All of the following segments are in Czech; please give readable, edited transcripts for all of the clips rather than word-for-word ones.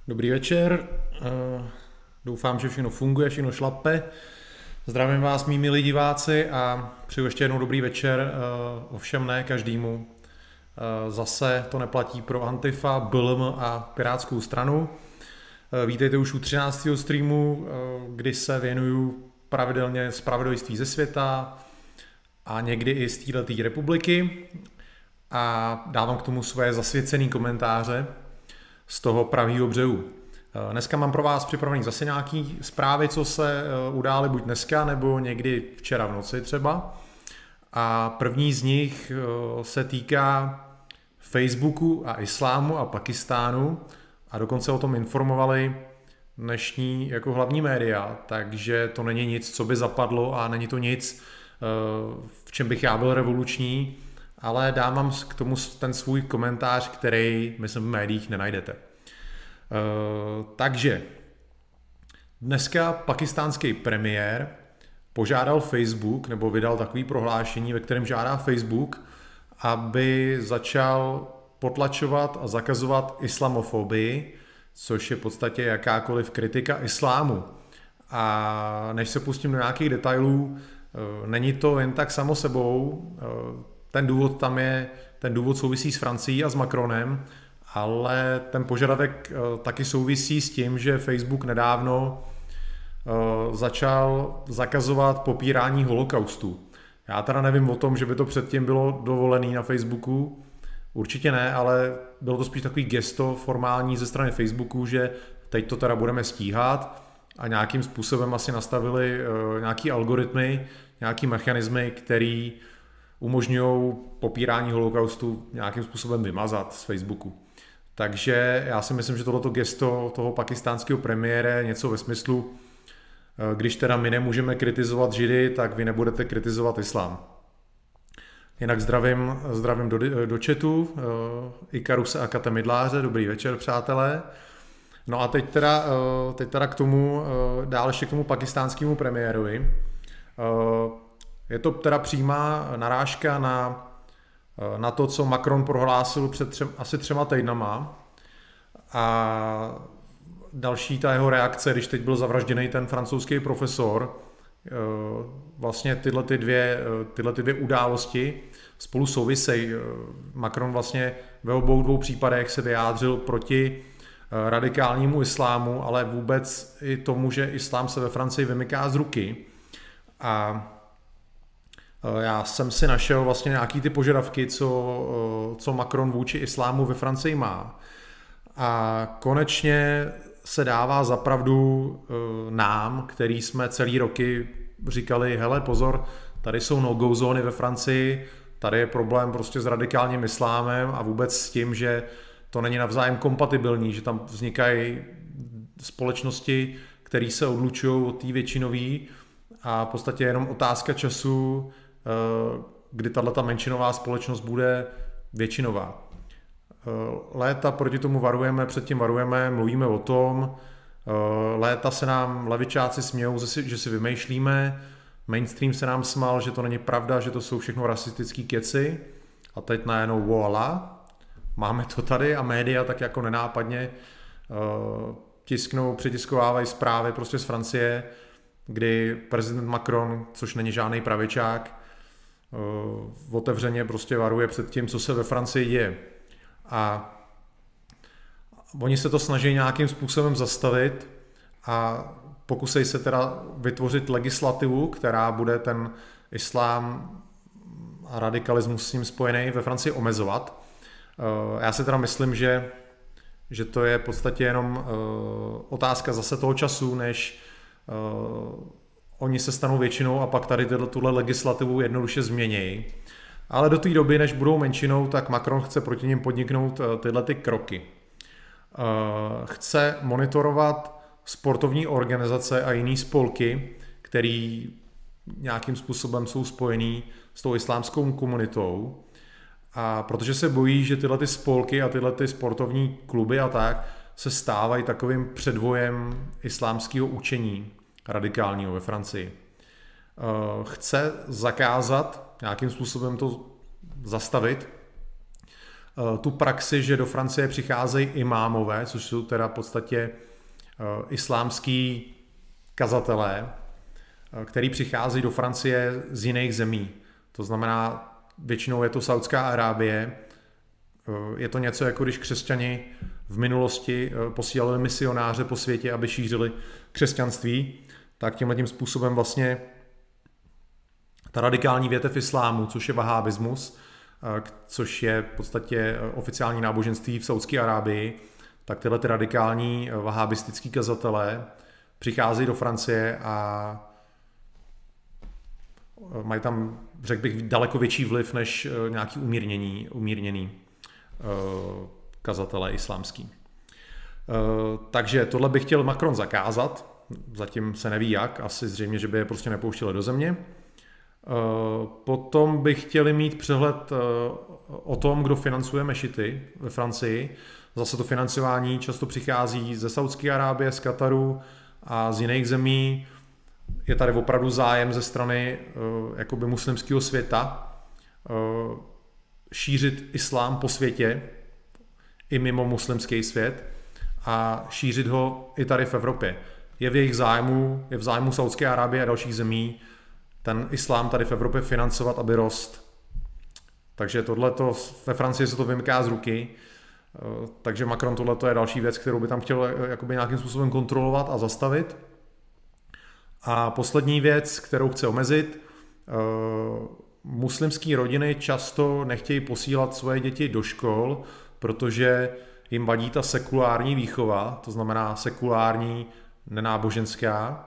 Dobrý večer, doufám, že všechno funguje, všechno šlape. Zdravím vás, mý milí diváci, a přeju ještě jednou dobrý večer, ovšem ne každému. Zase to neplatí pro Antifa, BLM a Pirátskou stranu. Vítejte už u 13. streamu, kdy se věnuju pravidelně zpravodajství ze světa a někdy i z této republiky a dávám k tomu své zasvěcené komentáře z toho pravýho břehu. Dneska mám pro vás připravený zase nějaký zprávy, co se udály buď dneska, nebo někdy včera v noci třeba. A první z nich se týká Facebooku a islámu a Pakistánu, a dokonce o tom informovali dnešní jako hlavní média, takže to není nic, co by zapadlo, a není to nic, v čem bych já byl revoluční, ale dám vám k tomu ten svůj komentář, který, myslím, v médiích nenajdete. Takže dneska pakistánský premiér požádal Facebook, nebo vydal takový prohlášení, ve kterém žádá Facebook, aby začal potlačovat a zakazovat islamofobii, což je v podstatě jakákoliv kritika islámu. A než se pustím do nějakých detailů, není to jen tak samo sebou, ten důvod tam je, ten důvod souvisí s Francií a s Macronem, ale ten požadavek taky souvisí s tím, že Facebook nedávno začal zakazovat popírání holokaustu. Já teda nevím o tom, že by to předtím bylo dovolené na Facebooku, určitě ne, ale bylo to spíš takový gesto formální ze strany Facebooku, že teď to teda budeme stíhat, a nějakým způsobem asi nastavili nějaký algoritmy, nějaký mechanismy, který umožňují popírání holokaustu nějakým způsobem vymazat z Facebooku. Takže já si myslím, že tohleto gesto toho pakistánského premiéra je něco ve smyslu, když teda my nemůžeme kritizovat Židy, tak vy nebudete kritizovat islám. Jinak zdravím do chatu, Ikaruse a Kata Midláře, dobrý večer, přátelé. No a teď teda k tomu, dál ještě k tomu pakistánskému premiérovi. Je to teda přímá narážka na to, co Macron prohlásil před asi 3 týdnama, a další ta jeho reakce, když teď byl zavražděný ten francouzský profesor. Vlastně tyhle dvě události spolu souvisejí. Macron vlastně ve obou dvou případech se vyjádřil proti radikálnímu islámu, ale vůbec i tomu, že islám se ve Francii vymyká z ruky. A já jsem si našel vlastně nějaký ty požadavky, co Macron vůči islámu ve Francii má. A konečně se dává za pravdu nám, který jsme celý roky říkali, hele pozor, tady jsou no-go zóny ve Francii, tady je problém prostě s radikálním islámem a vůbec s tím, že to není navzájem kompatibilní, že tam vznikají společnosti, které se odlučují od té většinové, a v podstatě je jenom otázka času, kdy tato menšinová společnost bude většinová. Léta proti tomu varujeme, předtím varujeme, mluvíme o tom, léta se nám levičáci smějou, že si vymýšlíme, mainstream se nám smál, že to není pravda, že to jsou všechno rasistický keci, a teď najednou voilà, máme to tady, a média tak jako nenápadně přitiskovávají zprávy prostě z Francie, kdy prezident Macron, což není žádný pravičák, otevřeně prostě varuje před tím, co se ve Francii děje. A oni se to snaží nějakým způsobem zastavit a pokusej se teda vytvořit legislativu, která bude ten islám a radikalismus s ním spojený ve Francii omezovat. Já si teda myslím, že to je v podstatě jenom otázka zase toho času, než oni se stanou většinou a pak tady tuhle legislativu jednoduše změnějí. Ale do té doby, než budou menšinou, tak Macron chce proti nim podniknout tyhle ty kroky. Chce monitorovat sportovní organizace a jiné spolky, které nějakým způsobem jsou spojený s tou islámskou komunitou. A protože se bojí, že tyhle ty spolky a tyhle ty sportovní kluby a tak se stávají takovým předvojem islámského učení radikálního ve Francii. Chce zakázat, nějakým způsobem to zastavit, tu praxi, že do Francie přicházejí imámové, což jsou teda v podstatě islámský kazatelé, který přicházejí do Francie z jiných zemí. To znamená, většinou je to Saudská Arábie. Je to něco, jako když křesťani v minulosti posílali misionáře po světě, aby šířili křesťanství, tak tímhletím způsobem vlastně ta radikální větev islámu, což je vahábismus, což je v podstatě oficiální náboženství v Saudské Arábii, tak tyhle ty radikální vahábistický kazatelé přicházejí do Francie a mají tam, řekl bych, daleko větší vliv než nějaký umírněný kazatelé islámský. Takže tohle by chtěl Macron zakázat, zatím se neví jak, asi zřejmě, že by je prostě nepouštěli do země. Potom by chtěli mít přehled o tom, kdo financuje mešity ve Francii. Zase to financování často přichází ze Saudské Arábie, z Kataru a z jiných zemí. Je tady opravdu zájem ze strany jakoby muslimského světa šířit islám po světě, i mimo muslimský svět, a šířit ho i tady v Evropě. Je v jejich zájmu, je v zájmu Saudské Arábie a dalších zemí ten islám tady v Evropě financovat, aby rost. Takže tohleto, ve Francii se to vymyká z ruky, takže Macron tohleto je další věc, kterou by tam chtěl jakoby nějakým způsobem kontrolovat a zastavit. A poslední věc, kterou chce omezit, muslimské rodiny často nechtějí posílat svoje děti do škol, protože jim vadí ta sekulární výchova, to znamená sekulární, nenáboženská,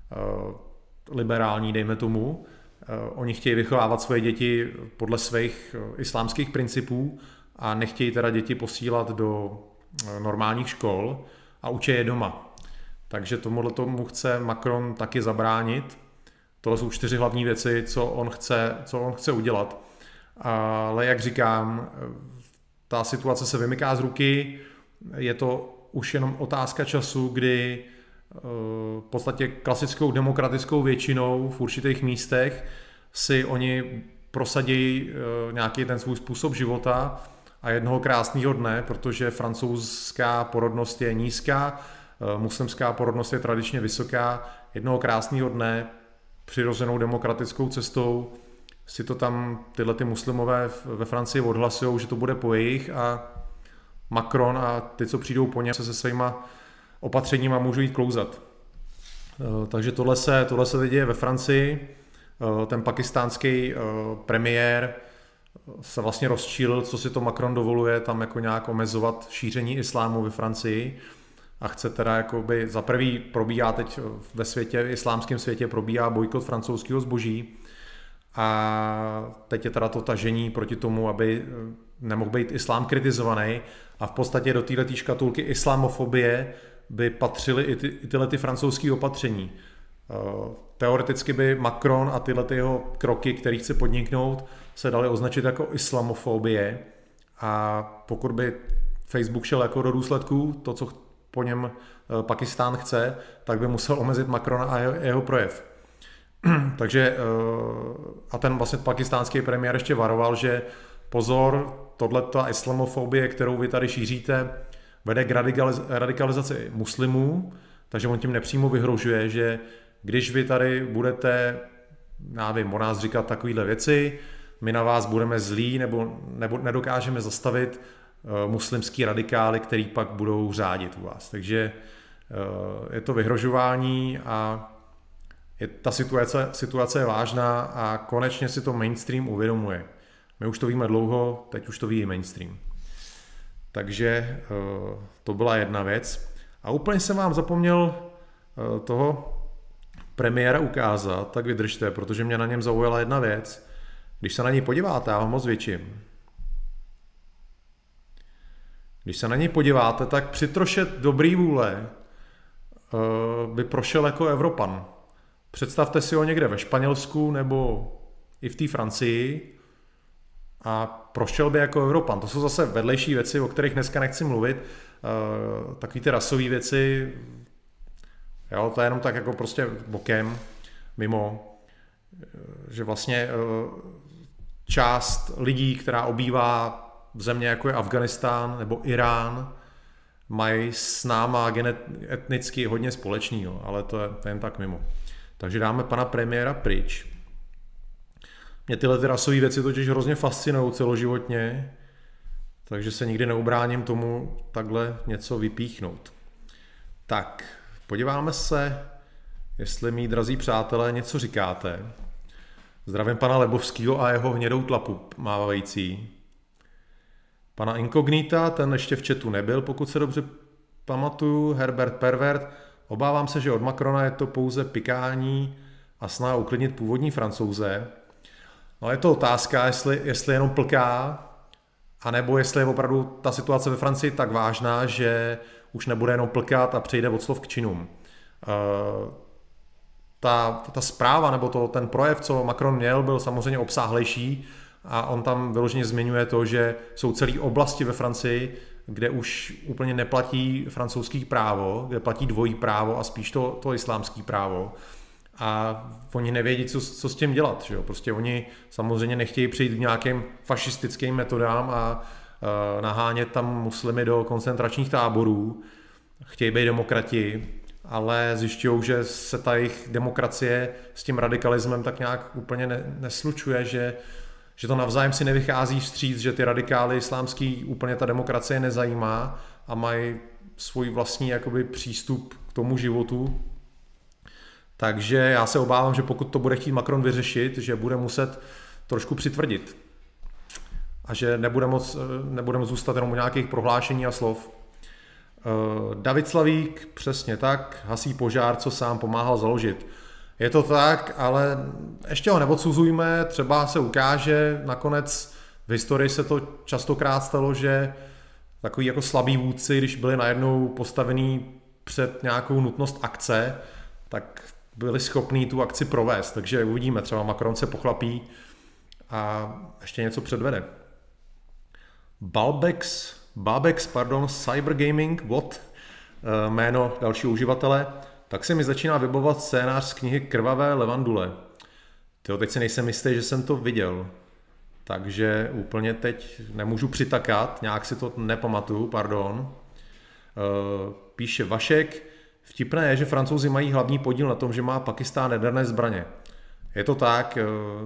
liberální, dejme tomu. Oni chtějí vychovávat svoje děti podle svých islámských principů a nechtějí teda děti posílat do normálních škol a učí je doma. Takže tomu chce Macron taky zabránit. Tohle jsou 4 hlavní věci, co on chce udělat. Ale jak říkám, ta situace se vymyká z ruky, je to už jenom otázka času, kdy v podstatě klasickou demokratickou většinou v určitých místech si oni prosadí nějaký ten svůj způsob života a jednoho krásného dne, protože francouzská porodnost je nízká, muslimská porodnost je tradičně vysoká, jednoho krásného dne přirozenou demokratickou cestou si to tam tyhle ty muslimové ve Francii odhlasujou, že to bude po jejich a Macron a ty, co přijdou po něm, se svýma opatřeníma můžou jít klouzat. Takže tohle se teď děje ve Francii. Ten pakistánský premiér se vlastně rozčílil, co si to Macron dovoluje tam jako nějak omezovat šíření islámu ve Francii a chce teda jakoby za prvý probíhá teď ve světě, v islámském světě probíhá bojkot francouzského zboží a teď je teda to tažení proti tomu, aby nemohl být islám kritizovaný a v podstatě do této škatulky islamofobie by patřily i tyhle ty francouzské opatření. Teoreticky by Macron a tyhle ty jeho kroky, které chce podniknout, se daly označit jako islamofobie a pokud by Facebook šel jako do důsledků, to, co po něm Pakistán chce, tak by musel omezit Macrona a jeho projev. Takže a ten vlastně pakistánský premiér ještě varoval, že pozor, tohleta islamofobie, kterou vy tady šíříte, vede k radikalizaci muslimů, takže on tím nepřímo vyhrožuje, že když vy tady budete, já vím, o nás říkat takovéhle věci, my na vás budeme zlí nebo nedokážeme zastavit muslimský radikály, který pak budou řádit u vás. Takže je to vyhrožování a ta situace je vážná a konečně si to mainstream uvědomuje. My už to víme dlouho, teď už to ví i mainstream. Takže to byla jedna věc. A úplně jsem vám zapomněl toho premiéra ukázat, tak vydržte, protože mě na něm zaujala jedna věc. Když se na něj podíváte, já ho moc větším. Když se na něj podíváte, tak při troše dobrý vůle by prošel jako Evropan. Představte si ho někde ve Španělsku nebo i v té Francii a prošel by jako Evropan. To jsou zase vedlejší věci, o kterých dneska nechci mluvit. Takový ty rasové věci, jo, to je jenom tak jako prostě bokem, mimo, že vlastně část lidí, která obývá země jako je Afghánistán nebo Irán mají s náma etnicky hodně společného, ale to je jen tak mimo. Takže dáme pana premiéra pryč. Mě tyhle rasové věci totiž hrozně fascinují celoživotně, takže se nikdy neubráním tomu takhle něco vypíchnout. Tak, podíváme se, jestli mý drazí přátelé něco říkáte. Zdravím pana Lebovskýho a jeho hnědou tlapu mávající. Pana Inkognita, ten ještě v chatu nebyl, pokud se dobře pamatuju. Herbert Pervert, obávám se, že od Macrona je to pouze pikání a snaha uklidnit původní Francouze. No je to otázka, jestli jenom plká, anebo jestli je opravdu ta situace ve Francii tak vážná, že už nebude jenom plkat a přejde od slov k činům. Ta zpráva nebo ten projev, co Macron měl, byl samozřejmě obsáhlejší a on tam vyloženě zmiňuje to, že jsou celé oblasti ve Francii, kde už úplně neplatí francouzský právo, kde platí dvojí právo a spíš to islámský právo. A oni nevědí, co s tím dělat. Že jo? Prostě oni samozřejmě nechtějí přijít k nějakým fašistickým metodám a nahánět tam muslimy do koncentračních táborů. Chtějí být demokrati, ale zjišťují, že se ta jejich demokracie s tím radikalismem tak nějak úplně neslučuje, že to navzájem si nevychází vstříc, že ty radikály islámský úplně ta demokracie nezajímá a mají svůj vlastní jakoby přístup k tomu životu. Takže já se obávám, že pokud to bude chtít Macron vyřešit, že bude muset trošku přitvrdit a že nebude moc zůstat jenom u nějakých prohlášení a slov. David Slavík, přesně tak, hasí požár, co sám pomáhal založit. Je to tak, ale ještě ho neodsuzujme, třeba se ukáže, nakonec v historii se to častokrát stalo, že takový jako slabí vůdci, když byli najednou postavení před nějakou nutnost akce, tak byli schopní tu akci provést, takže uvidíme, třeba Macron se pochlapí a ještě něco předvede. Babex, Cybergaming, jméno dalšího uživatele, tak se mi začíná vybavovat scénář z knihy Krvavé levandule. Teď si nejsem jistý, že jsem to viděl, takže úplně teď nemůžu přitakat, nějak si to nepamatuju, pardon. Píše Vašek, vtipné je, že Francouzi mají hlavní podíl na tom, že má Pakistán jaderné zbraně. Je to tak,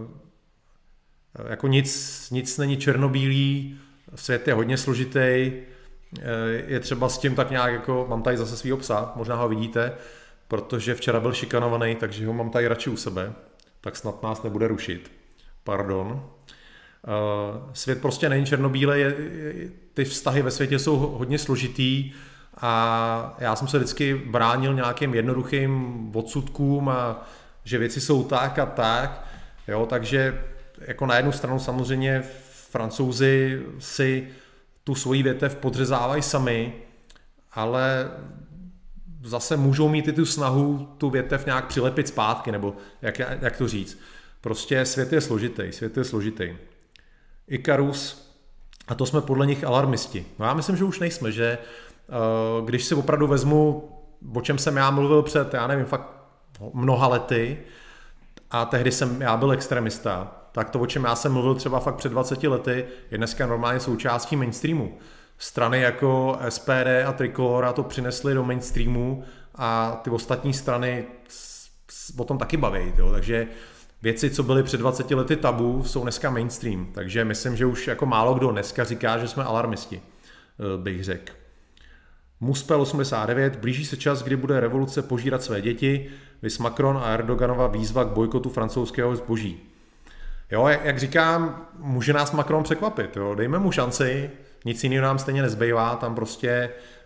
jako nic není černobílý, svět je hodně složitý, je třeba s tím tak nějak, jako mám tady zase svýho psa, možná ho vidíte, protože včera byl šikanovaný, takže ho mám tady radši u sebe, tak snad nás nebude rušit. Pardon. Svět prostě není černobílej, ty vztahy ve světě jsou hodně složitý a já jsem se vždycky bránil nějakým jednoduchým odsudkům a že věci jsou tak a tak, jo, takže jako na jednu stranu samozřejmě Francouzi si tu svoji větev podřezávají sami, ale zase můžou mít i tu snahu tu větev nějak přilepit zpátky, nebo jak to říct. Prostě svět je složitý. Ikarus, a to jsme podle nich alarmisti. No já myslím, že už nejsme, že když si opravdu vezmu, o čem jsem já mluvil před, já nevím, fakt mnoha lety, a tehdy jsem já byl extremista, tak to, o čem já jsem mluvil třeba fakt před 20 lety, je dneska normálně součástí mainstreamu. Strany jako SPD a Trikolora to přinesly do mainstreamu a ty ostatní strany o tom taky baví. Jo? Takže věci, co byly před 20 lety tabu, jsou dneska mainstream. Takže myslím, že už jako málo kdo dneska říká, že jsme alarmisti, bych řekl. Muspel 89, blíží se čas, kdy bude revoluce požírat své děti, viz Macron a Erdoganova výzva k bojkotu francouzského zboží. Jo, jak říkám, může nás Macron překvapit, jo? Dejme mu šanci, nic jiného nám stejně nezbývá, tam prostě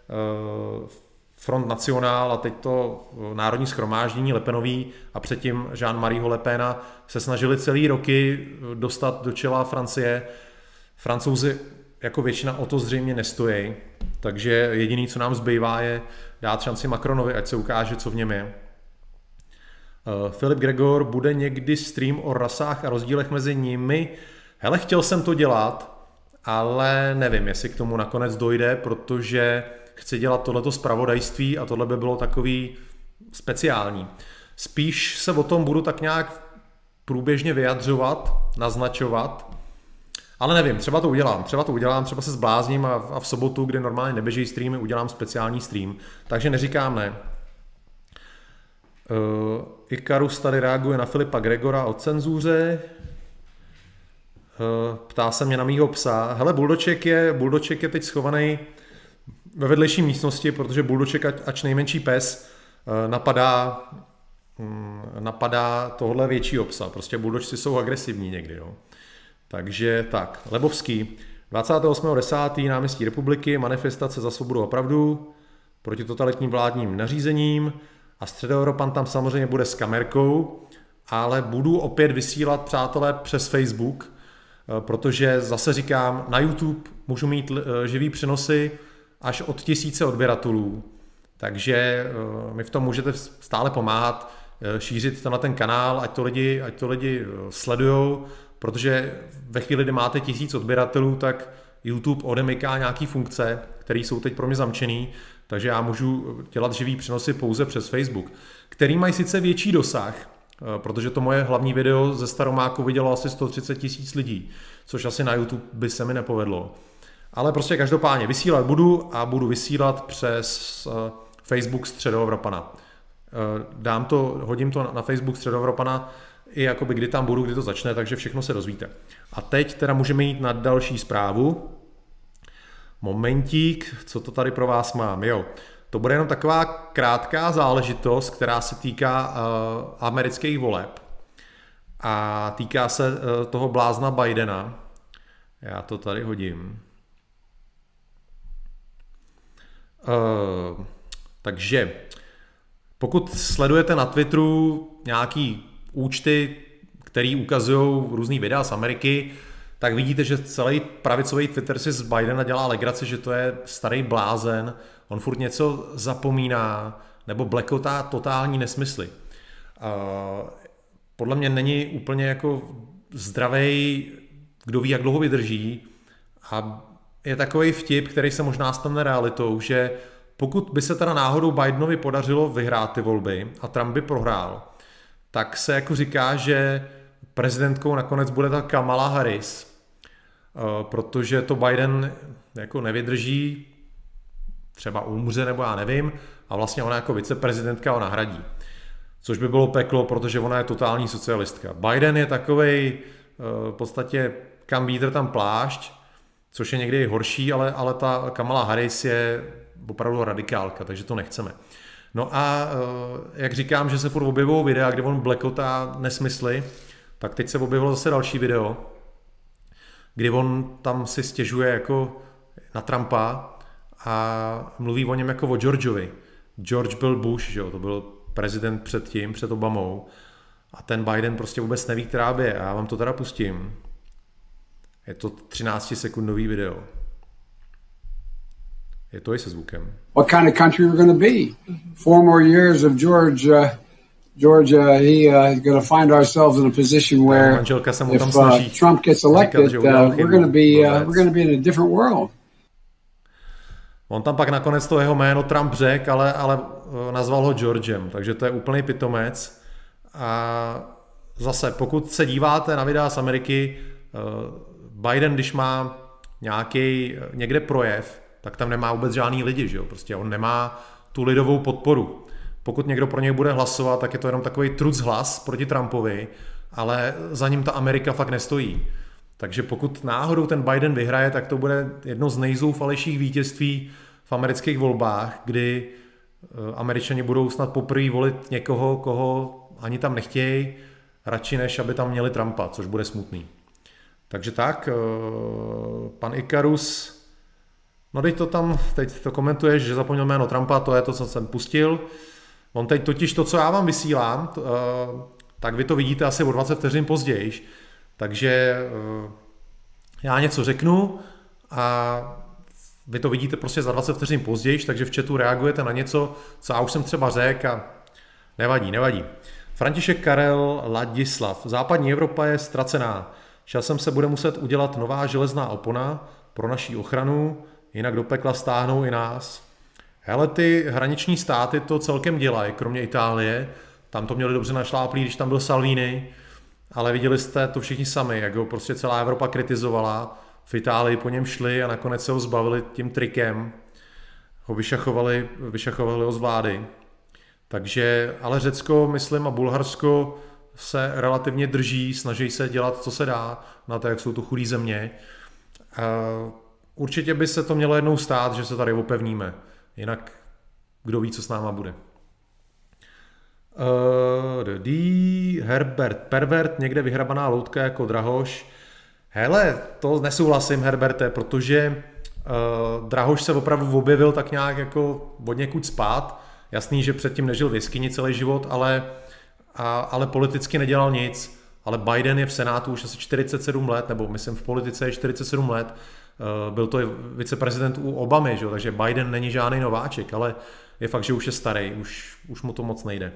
Front National a teď to Národní shromáždění Le Penový a předtím Jean-Marieho Le Pena se snažili celý roky dostat do čela Francie. Francouzi jako většina o to zřejmě nestojí, takže jediný, co nám zbývá, je dát šanci Macronovi, ať se ukáže, co v něm je. Filip Gregor, bude někdy stream o rasách a rozdílech mezi nimi? Hele, chtěl jsem to dělat, ale nevím, jestli k tomu nakonec dojde, protože chci dělat tohleto zpravodajství a tohle by bylo takový speciální. Spíš se o tom budu tak nějak průběžně vyjadřovat, naznačovat Ale nevím, třeba to udělám, třeba se zblázním a v sobotu, kdy normálně neběží streamy, udělám speciální stream, takže neříkám ne. Ikarus tady reaguje na Filipa Gregora o cenzuře. Ptá se mě na mýho psa. Hele, Buldoček je teď schovaný ve vedlejší místnosti, protože Buldoček, ač nejmenší pes, napadá tohle většího psa. Prostě Buldočci jsou agresivní někdy. Jo. Takže tak, Lebovský. 28.10. náměstí Republiky, manifestace za svobodu a pravdu proti totalitním vládním nařízením a Středoevropan tam samozřejmě bude s kamerkou, ale budu opět vysílat, přátelé, přes Facebook, protože zase říkám, na YouTube můžu mít živý přenosy až od 1000 odběratelů, takže mi v tom můžete stále pomáhat, šířit to na ten kanál, ať to lidi sledujou, protože ve chvíli, kdy máte 1000 odběratelů, tak YouTube odemyká nějaký funkce, které jsou teď pro mě zamčený, takže já můžu dělat živý přenosy pouze přes Facebook, který mají sice větší dosah, protože to moje hlavní video ze Staromáku vidělo asi 130 000 lidí, což asi na YouTube by se mi nepovedlo. Ale prostě každopádně vysílat budu a budu vysílat přes Facebook Středoevropana. Hodím to na Facebook Středoevropana i jakoby kdy tam budu, kdy to začne, takže všechno se dozvíte. A teď teda můžeme jít na další zprávu. Momentík, co to tady pro vás mám? Jo, to bude jenom taková krátká záležitost, která se týká amerických voleb a týká se toho blázna Bidena. Já to tady hodím. Takže pokud sledujete na Twitteru nějaký účty, které ukazují různý videa z Ameriky, tak vidíte, že celý pravicový Twitter si z Bidena dělá legraci, že to je starý blázen, on furt něco zapomíná, nebo blekotá totální nesmysly. Podle mě není úplně jako zdravej, kdo ví, jak dlouho vydrží, a je takový vtip, který se možná stane realitou, že pokud by se teda náhodou Bidenovi podařilo vyhrát ty volby a Trump by prohrál, tak se jako říká, že prezidentkou nakonec bude ta Kamala Harris, protože to Biden jako nevydrží, třeba umře nebo já nevím, a vlastně ona jako viceprezidentka ho nahradí. Což by bylo peklo, protože ona je totální socialistka. Biden je takovej v podstatě kam vítr tam plášť, což je někdy horší, ale ta Kamala Harris je opravdu radikálka, takže to nechceme. No a jak říkám, že se furt objevují videa, kde on blekotá nesmysly, tak teď se objevilo zase další video, kdy on tam si stěžuje jako na Trumpa a mluví o něm jako o Georgeovi. George byl Bush, že jo, to byl prezident před Obamou, a ten Biden prostě vůbec neví, která by je. A já vám to teda pustím. Je to 13-sekundový video. Je to i se zvukem. What kind of country we're going to be? 4 more years of George, he's going to find ourselves in a position where if Trump gets elected, we're going to be in a different world. On tam pak nakonec to jeho jméno Trump řekl, ale nazval ho Georgem, takže to je úplný pitomec. A zase, pokud se díváte na videa z Ameriky, Biden, když má někde projev, tak tam nemá vůbec žádný lidi, že jo? Prostě on nemá tu lidovou podporu. Pokud někdo pro něj bude hlasovat, tak je to jenom takový truc hlas proti Trumpovi, ale za ním ta Amerika fakt nestojí. Takže pokud náhodou ten Biden vyhraje, tak to bude jedno z nejzoufalejších vítězství v amerických volbách, kdy Američani budou snad poprvé volit někoho, koho ani tam nechtějí, radši než aby tam měli Trumpa, což bude smutný. Takže tak, pan Ikarus, no teď to komentuješ, že zapomněl jméno Trumpa, to je to, co jsem pustil. On teď totiž to, co já vám vysílám, tak vy to vidíte asi o 20 vteřin později. Takže já něco řeknu a vy to vidíte prostě za 20 vteřin později, takže v chatu reagujete na něco, co já už jsem třeba řekl, a nevadí. František Karel Ladislav. Západní Evropa je ztracená. Časem se bude muset udělat nová železná opona pro naši ochranu, jinak do pekla stáhnou i nás. Hele, ty hraniční státy to celkem dělají, kromě Itálie. Tam to měli dobře našláplý, když tam byl Salvini. ale viděli jste to všichni sami, jak ho prostě celá Evropa kritizovala, v Itálii po něm šli a nakonec se ho zbavili tím trikem, ho vyšachovali ho z vlády. Takže, ale Řecko, myslím, a Bulharsko se relativně drží, snaží se dělat, co se dá, na to, jak jsou to chudý země. Určitě by se to mělo jednou stát, že se tady opevníme. Jinak kdo ví, co s náma bude. Herbert Pervert, někde vyhrabaná loutka jako Drahoš. Hele, to nesouhlasím, Herberte, protože Drahoš se opravdu objevil tak nějak jako od někud spát. Jasný, že předtím nežil v jeskyni celý život, ale politicky nedělal nic. Ale Biden je v Senátu už asi 47 let, nebo myslím v politice je 47 let. Byl to viceprezident u Obamy, že? Takže Biden není žádný nováček, ale je fakt, že už je starý, už mu to moc nejde.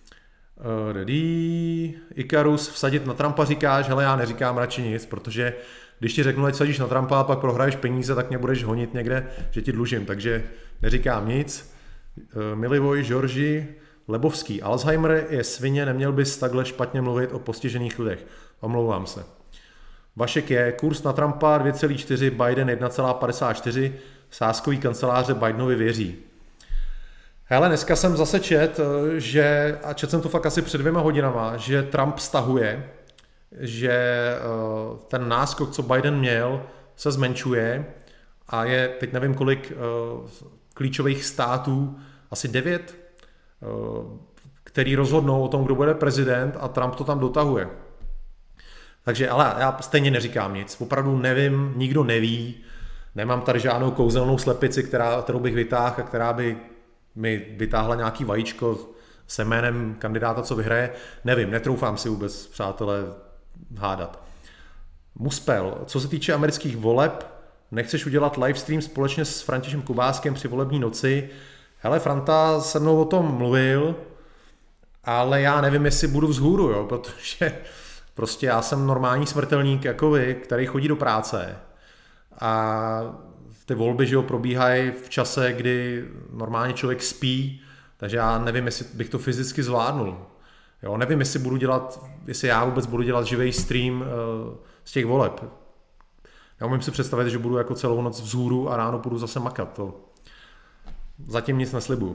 Ikarus, vsadit na Trumpa říkáš, hele, já neříkám radši nic, protože když ti řeknu, ať sadíš na Trumpa a pak prohraješ peníze, tak mě budeš honit někde, že ti dlužím, takže neříkám nic. Milivoj, Žorži, Lebovský, Alzheimer je svině, neměl bys takhle špatně mluvit o postižených lidech. Omlouvám se. Vašek je, kurz na Trumpa 2,4, Biden 1,54, sázkový kanceláře Bidenovi věří. Hele, dneska jsem zase četl jsem to fakt asi před 2 hodinama, že Trump stahuje, že ten náskok, co Biden měl, se zmenšuje a je, teď nevím kolik klíčových států, asi 9, který rozhodnou o tom, kdo bude prezident a Trump to tam dotahuje. Takže, ale já stejně neříkám nic, opravdu nevím, nikdo neví, nemám tady žádnou kouzelnou slepici, kterou bych vytáhl a která by mi vytáhla nějaký vajíčko se jménem kandidáta, co vyhraje. Nevím, netroufám si vůbec, přátelé, hádat. Muspel, co se týče amerických voleb, nechceš udělat livestream společně s Františem Kubáskem při volební noci? Hele, Franta se mnou o tom mluvil, ale já nevím, jestli budu vzhůru, jo, protože prostě já jsem normální smrtelník jako vy, který chodí do práce a ty volby, že jo, probíhají v čase, kdy normálně člověk spí, takže já nevím, jestli bych to fyzicky zvládnul. Jo, nevím, jestli já vůbec budu dělat živý stream z těch voleb. Já umím si představit, že budu jako celou noc vzhůru a ráno půjdu zase makat. To zatím nic neslibuju.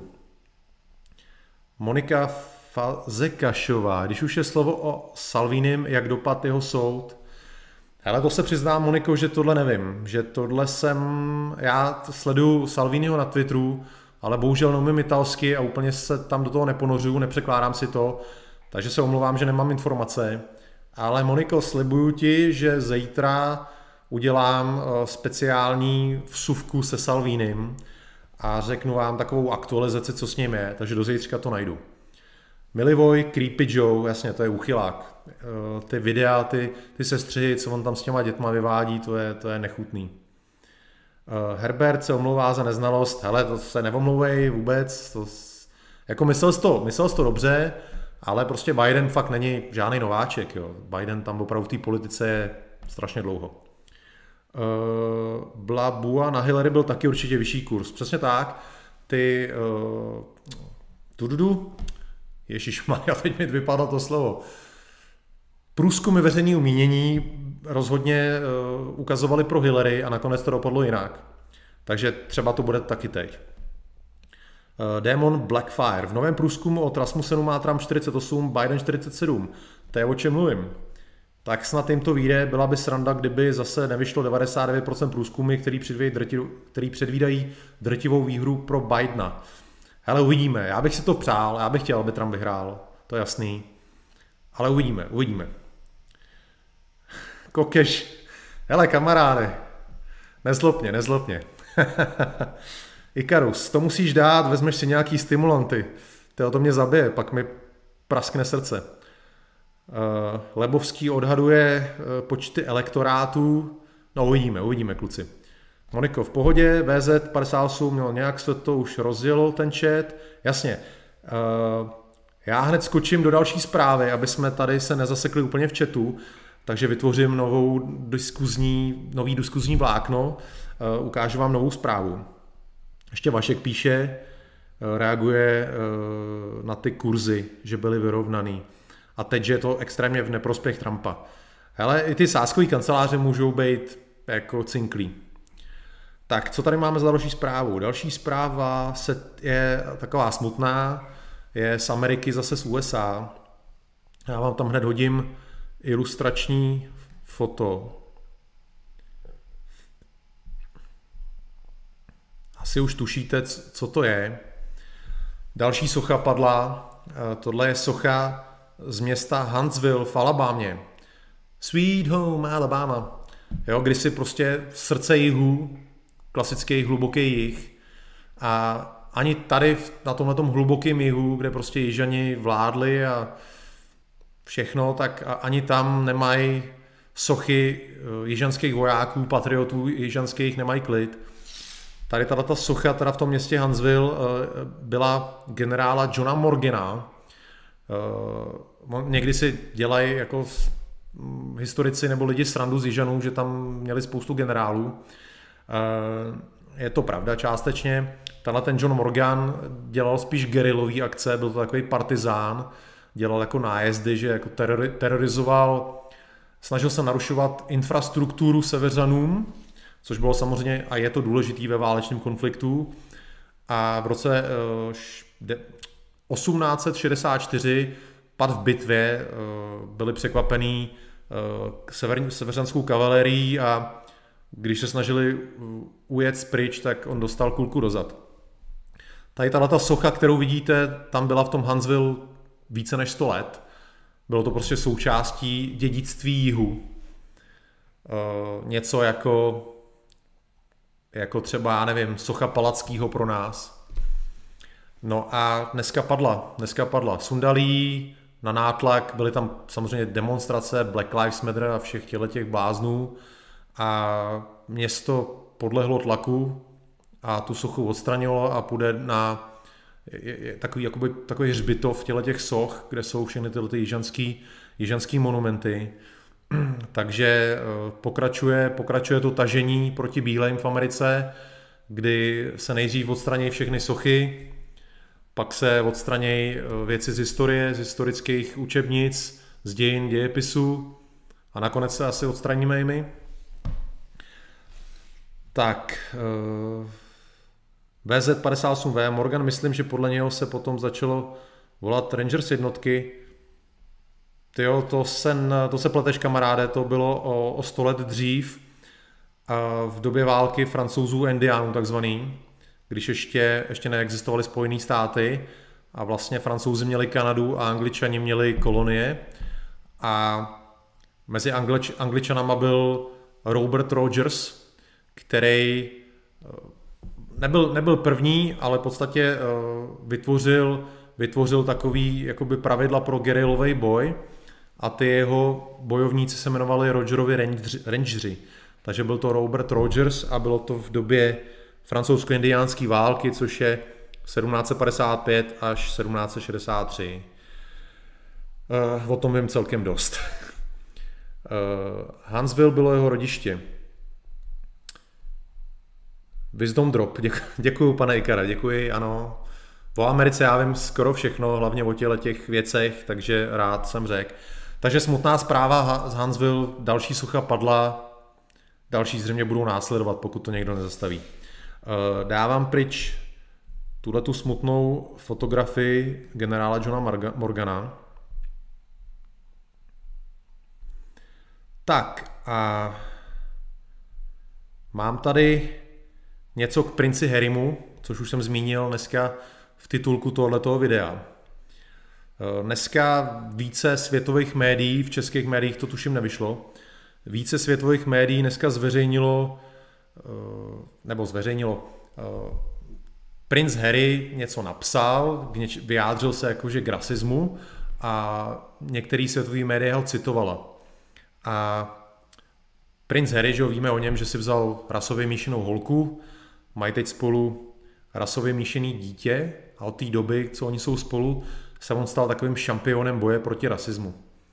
Monika Fazekašová, když už je slovo o Salvinim, jak dopadl jeho soud. Hele, to se přiznám, Moniko, že tohle nevím, já sleduju Salviniho na Twitteru, ale bohužel neumím italsky a úplně se tam do toho neponořuju, nepřekládám si to, takže se omlouvám, že nemám informace, ale Moniko, slibuju ti, že zítra udělám speciální vsuvku se Salvinim a řeknu vám takovou aktualizaci, co s ním je, takže do zítřka to najdu. Milivoj, Creepy Joe, jasně, to je uchylák. Ty videa, ty sestřihy, co on tam s těma dětma vyvádí, to je nechutný. Herbert se omlouvá za neznalost, hele, to se neomlouvej vůbec, jako myslel jsi to dobře, ale prostě Biden fakt není žádný nováček, jo. Biden tam opravdu v té politice je strašně dlouho. Blabua na Hillary byl taky určitě vyšší kurz, přesně tak, Ježišmarja, teď mi vypadlo to slovo. Průzkumy veřejného mínění rozhodně ukazovaly pro Hillary a nakonec to dopadlo jinak. Takže třeba to bude taky teď. Demon Blackfire. V novém průzkumu od Rasmussenu má Trump 48, Biden 47. To je o čem mluvím. Tak snad jim to vyjde, byla by sranda, kdyby zase nevyšlo 99% průzkumy, který předvídají drtivou výhru pro Bidena. Hele, uvidíme. Já bych si to přál, já bych chtěl, aby Trump vyhrál, to je jasný. Ale uvidíme. Kokeš. Hele, kamaráde, nezlob mě. Ikarus, to musíš dát, vezmeš si nějaký stimulanty. To mě zabije, pak mi praskne srdce. Lebovský odhaduje počty elektorátů. No uvidíme, kluci. Moniko, v pohodě, VZ58, nějak se to už rozjelo, ten chat. Jasně. Já hned skočím do další zprávy, aby jsme tady se nezasekli úplně v chatu, takže vytvořím nový diskuzní vlákno, ukážu vám novou zprávu. Ještě Vašek píše, reaguje na ty kurzy, že byly vyrovnaný. a teď, že je to extrémně v neprospěch Trumpa. Ale i ty sázkové kanceláře můžou být jako cinklí. Tak, co tady máme za další zprávu? Další zpráva je taková smutná, je z Ameriky, zase z USA. Já vám tam hned hodím ilustrační foto. Asi už tušíte, co to je. Další socha padla. Tohle je socha z města Huntsville v Alabamě. Sweet home Alabama. Jo, kdysi prostě srdce jihu, klasický hluboký jih. A ani tady na tomhletom hlubokém jihu, kde prostě jižani vládli a všechno, tak ani tam nemají sochy jižanských vojáků, patriotů jižanských, nemají klid. Tady tato socha teda v tom městě Huntsville byla generála Johna Morgana. Někdy si dělají jako historici nebo lidi srandu z Jižanů, že tam měli spoustu generálů. Je to pravda částečně. Tenhle ten John Morgan dělal spíš gerilový akce, byl to takový partizán, dělal jako nájezdy, že jako terorizoval, snažil se narušovat infrastrukturu Severanům, což bylo samozřejmě a je to důležitý ve válečném konfliktu. A v roce 1864 pad v bitvě, byli překvapený severanskou kavalerií a když se snažili ujet pryč, tak on dostal kulku do zad. Tady ta socha, kterou vidíte, tam byla v tom Huntsville více než 100 let. Bylo to prostě součástí dědictví jihu. Něco jako třeba, já nevím, socha Palackýho pro nás. No a dneska padla. Sundali ji na nátlak, byly tam samozřejmě demonstrace Black Lives Matter a všech těch bláznů a město podlehlo tlaku a tu sochu odstranilo a půjde na takový hřbitov těch soch, kde jsou všechny ty jižanský monumenty. Takže pokračuje to tažení proti bílým v Americe, kdy se nejdřív odstraní všechny sochy, pak se odstraní věci z historie, z historických učebnic, z dějin, dějepisu a nakonec se asi odstraníme i my. Tak, VZ-58V, Morgan, myslím, že podle něho se potom začalo volat Rangers jednotky. Tyjo, to se pleteš, kamaráde, to bylo o 100 let dřív, v době války Francouzů a Indiánů takzvaný, když ještě neexistovaly Spojené státy a vlastně Francouzi měli Kanadu a Angličani měli kolonie a mezi Angličanama byl Robert Rogers, který nebyl první, ale v podstatě vytvořil takový jakoby pravidla pro gerilový boj a ty jeho bojovníci se jmenovali Rogerovi Rangeri. Takže byl to Robert Rogers a bylo to v době francouzsko-indiánské války, což je 1755 až 1763. O tom vím celkem dost. Huntsville bylo jeho rodiště. Wisdom drop. Děkuju, pane Ikara, děkuji, ano. O Americe já vím skoro všechno, hlavně o těch věcech, takže rád jsem řekl. Takže smutná zpráva z Huntsville, další socha padla, další zřejmě budou následovat, pokud to někdo nezastaví. Dávám pryč tuhletu smutnou fotografii generála Johna Morgana. Tak a mám tady něco k princi Harrymu, což už jsem zmínil dneska v titulku tohoto videa. Dneska více světových médií, v českých médiích to tuším nevyšlo, více světových médií dneska zveřejnilo, princ Harry něco napsal, vyjádřil se jakože k rasismu a některé světové média ho citovala. A princ Harry, že víme o něm, že si vzal rasově míšenou holku, mají teď spolu rasově míšený dítě a od té doby, co oni jsou spolu, se on stal takovým šampionem boje proti rasismu.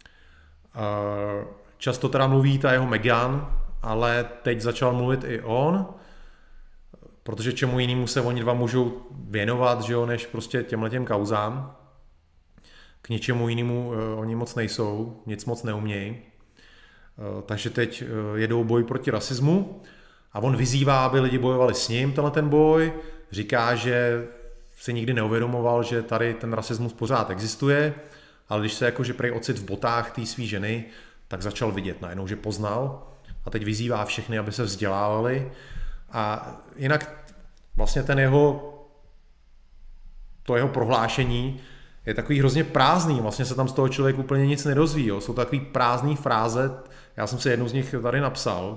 Často teda mluví ta jeho Meghan, ale teď začal mluvit i on, protože čemu jinému se oni dva můžou věnovat, že jo, než prostě těmhletěm kauzám. k ničemu jinému oni moc nejsou, nic moc neumějí. Takže teď jedou boj proti rasismu a on vyzývá, aby lidi bojovali s ním, ten boj, říká, že si nikdy neuvědomoval, že tady ten rasismus pořád existuje, ale když se jakože prej ocit v botách té svý ženy, tak začal vidět najednou, že poznal a teď vyzývá všechny, aby se vzdělávali. A jinak vlastně to jeho prohlášení je takový hrozně prázdný, vlastně se tam z toho člověk úplně nic nedozví. Jo. Jsou takový prázdný fráze, já jsem si jednu z nich tady napsal.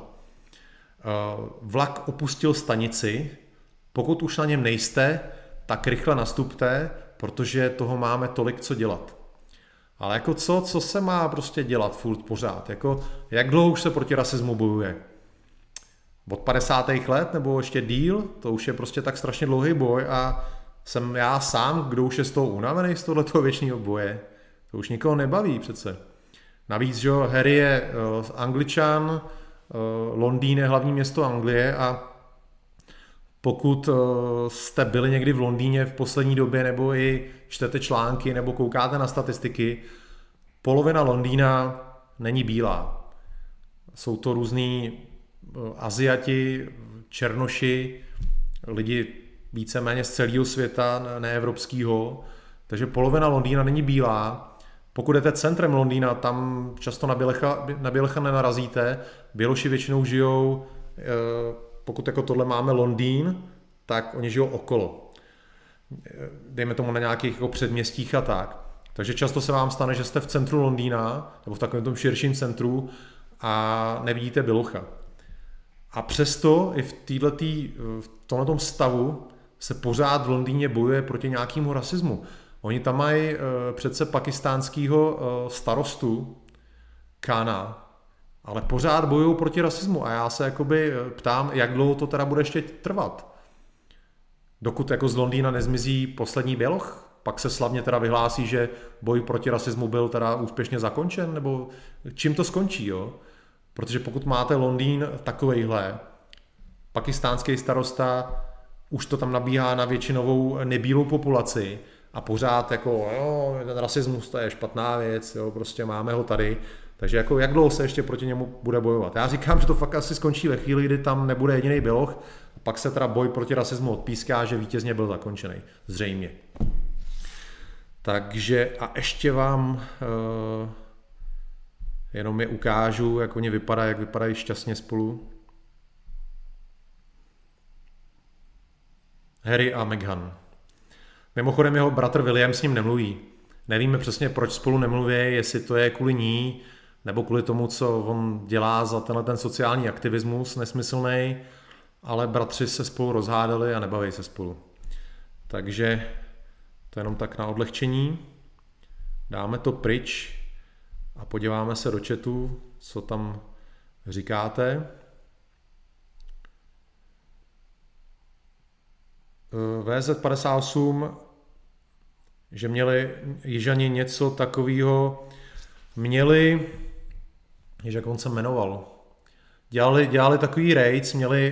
Vlak opustil stanici, pokud už na něm nejste, tak rychle nastupte, protože toho máme tolik co dělat. Ale jako co se má prostě dělat furt pořád? Jako, jak dlouho už se proti rasismu bojuje? Od 50. let nebo ještě díl? To už je prostě tak strašně dlouhý boj a jsem já sám, kdo už je z toho unavený z tohoto věčného boje. To už nikoho nebaví přece. Navíc, že Harry je Angličan, Londýn je hlavní město Anglie a pokud jste byli někdy v Londýně v poslední době nebo i čtete články nebo koukáte na statistiky, polovina Londýna není bílá. Jsou to různí Aziati, černoši, lidi víceméně z celého světa, neevropského, takže polovina Londýna není bílá. Pokud jdete centrem Londýna, tam často na bělecha nenarazíte, Běloši většinou žijou, pokud jako tohle máme Londýn, tak oni žijou okolo. Dejme tomu na nějakých jako předměstích a tak. Takže často se vám stane, že jste v centru Londýna, nebo v takovém tom širším centru a nevidíte bělocha. A přesto i v tomhletom stavu se pořád v Londýně bojuje proti nějakému rasismu. Oni tam mají přece pakistánského starostu Khana, ale pořád bojují proti rasismu a já se jakoby ptám, jak dlouho to teda bude ještě trvat. Dokud jako z Londýna nezmizí poslední běloch, pak se slavně teda vyhlásí, že boj proti rasismu byl teda úspěšně zakončen, nebo čím to skončí, jo? Protože pokud máte Londýn takovejhle, pakistánský starosta už to tam nabíhá na většinovou nebílou populaci a pořád jako, jo, ten rasismus to je špatná věc, jo, prostě máme ho tady, takže jako jak dlouho se ještě proti němu bude bojovat. Já říkám, že to fakt asi skončí ve chvíli, kdy tam nebude jediný běloch, a pak se teda boj proti rasismu odpíská, že vítězně byl zakončený, zřejmě. Takže a ještě vám jenom je ukážu, jak oni vypadají, jak vypadají šťastně spolu. Harry a Meghan. Mimochodem jeho bratr William s ním nemluví. Nevíme přesně, proč spolu nemluví, jestli to je kvůli ní, nebo kvůli tomu, co on dělá za ten sociální aktivismus nesmyslný, ale bratři se spolu rozhádali a nebaví se spolu. Takže to je jenom tak na odlehčení. Dáme to pryč a podíváme se do chatu, co tam říkáte. VZ58, že měli Jižani něco takového, měli, jak on se jmenoval, dělali takový raids,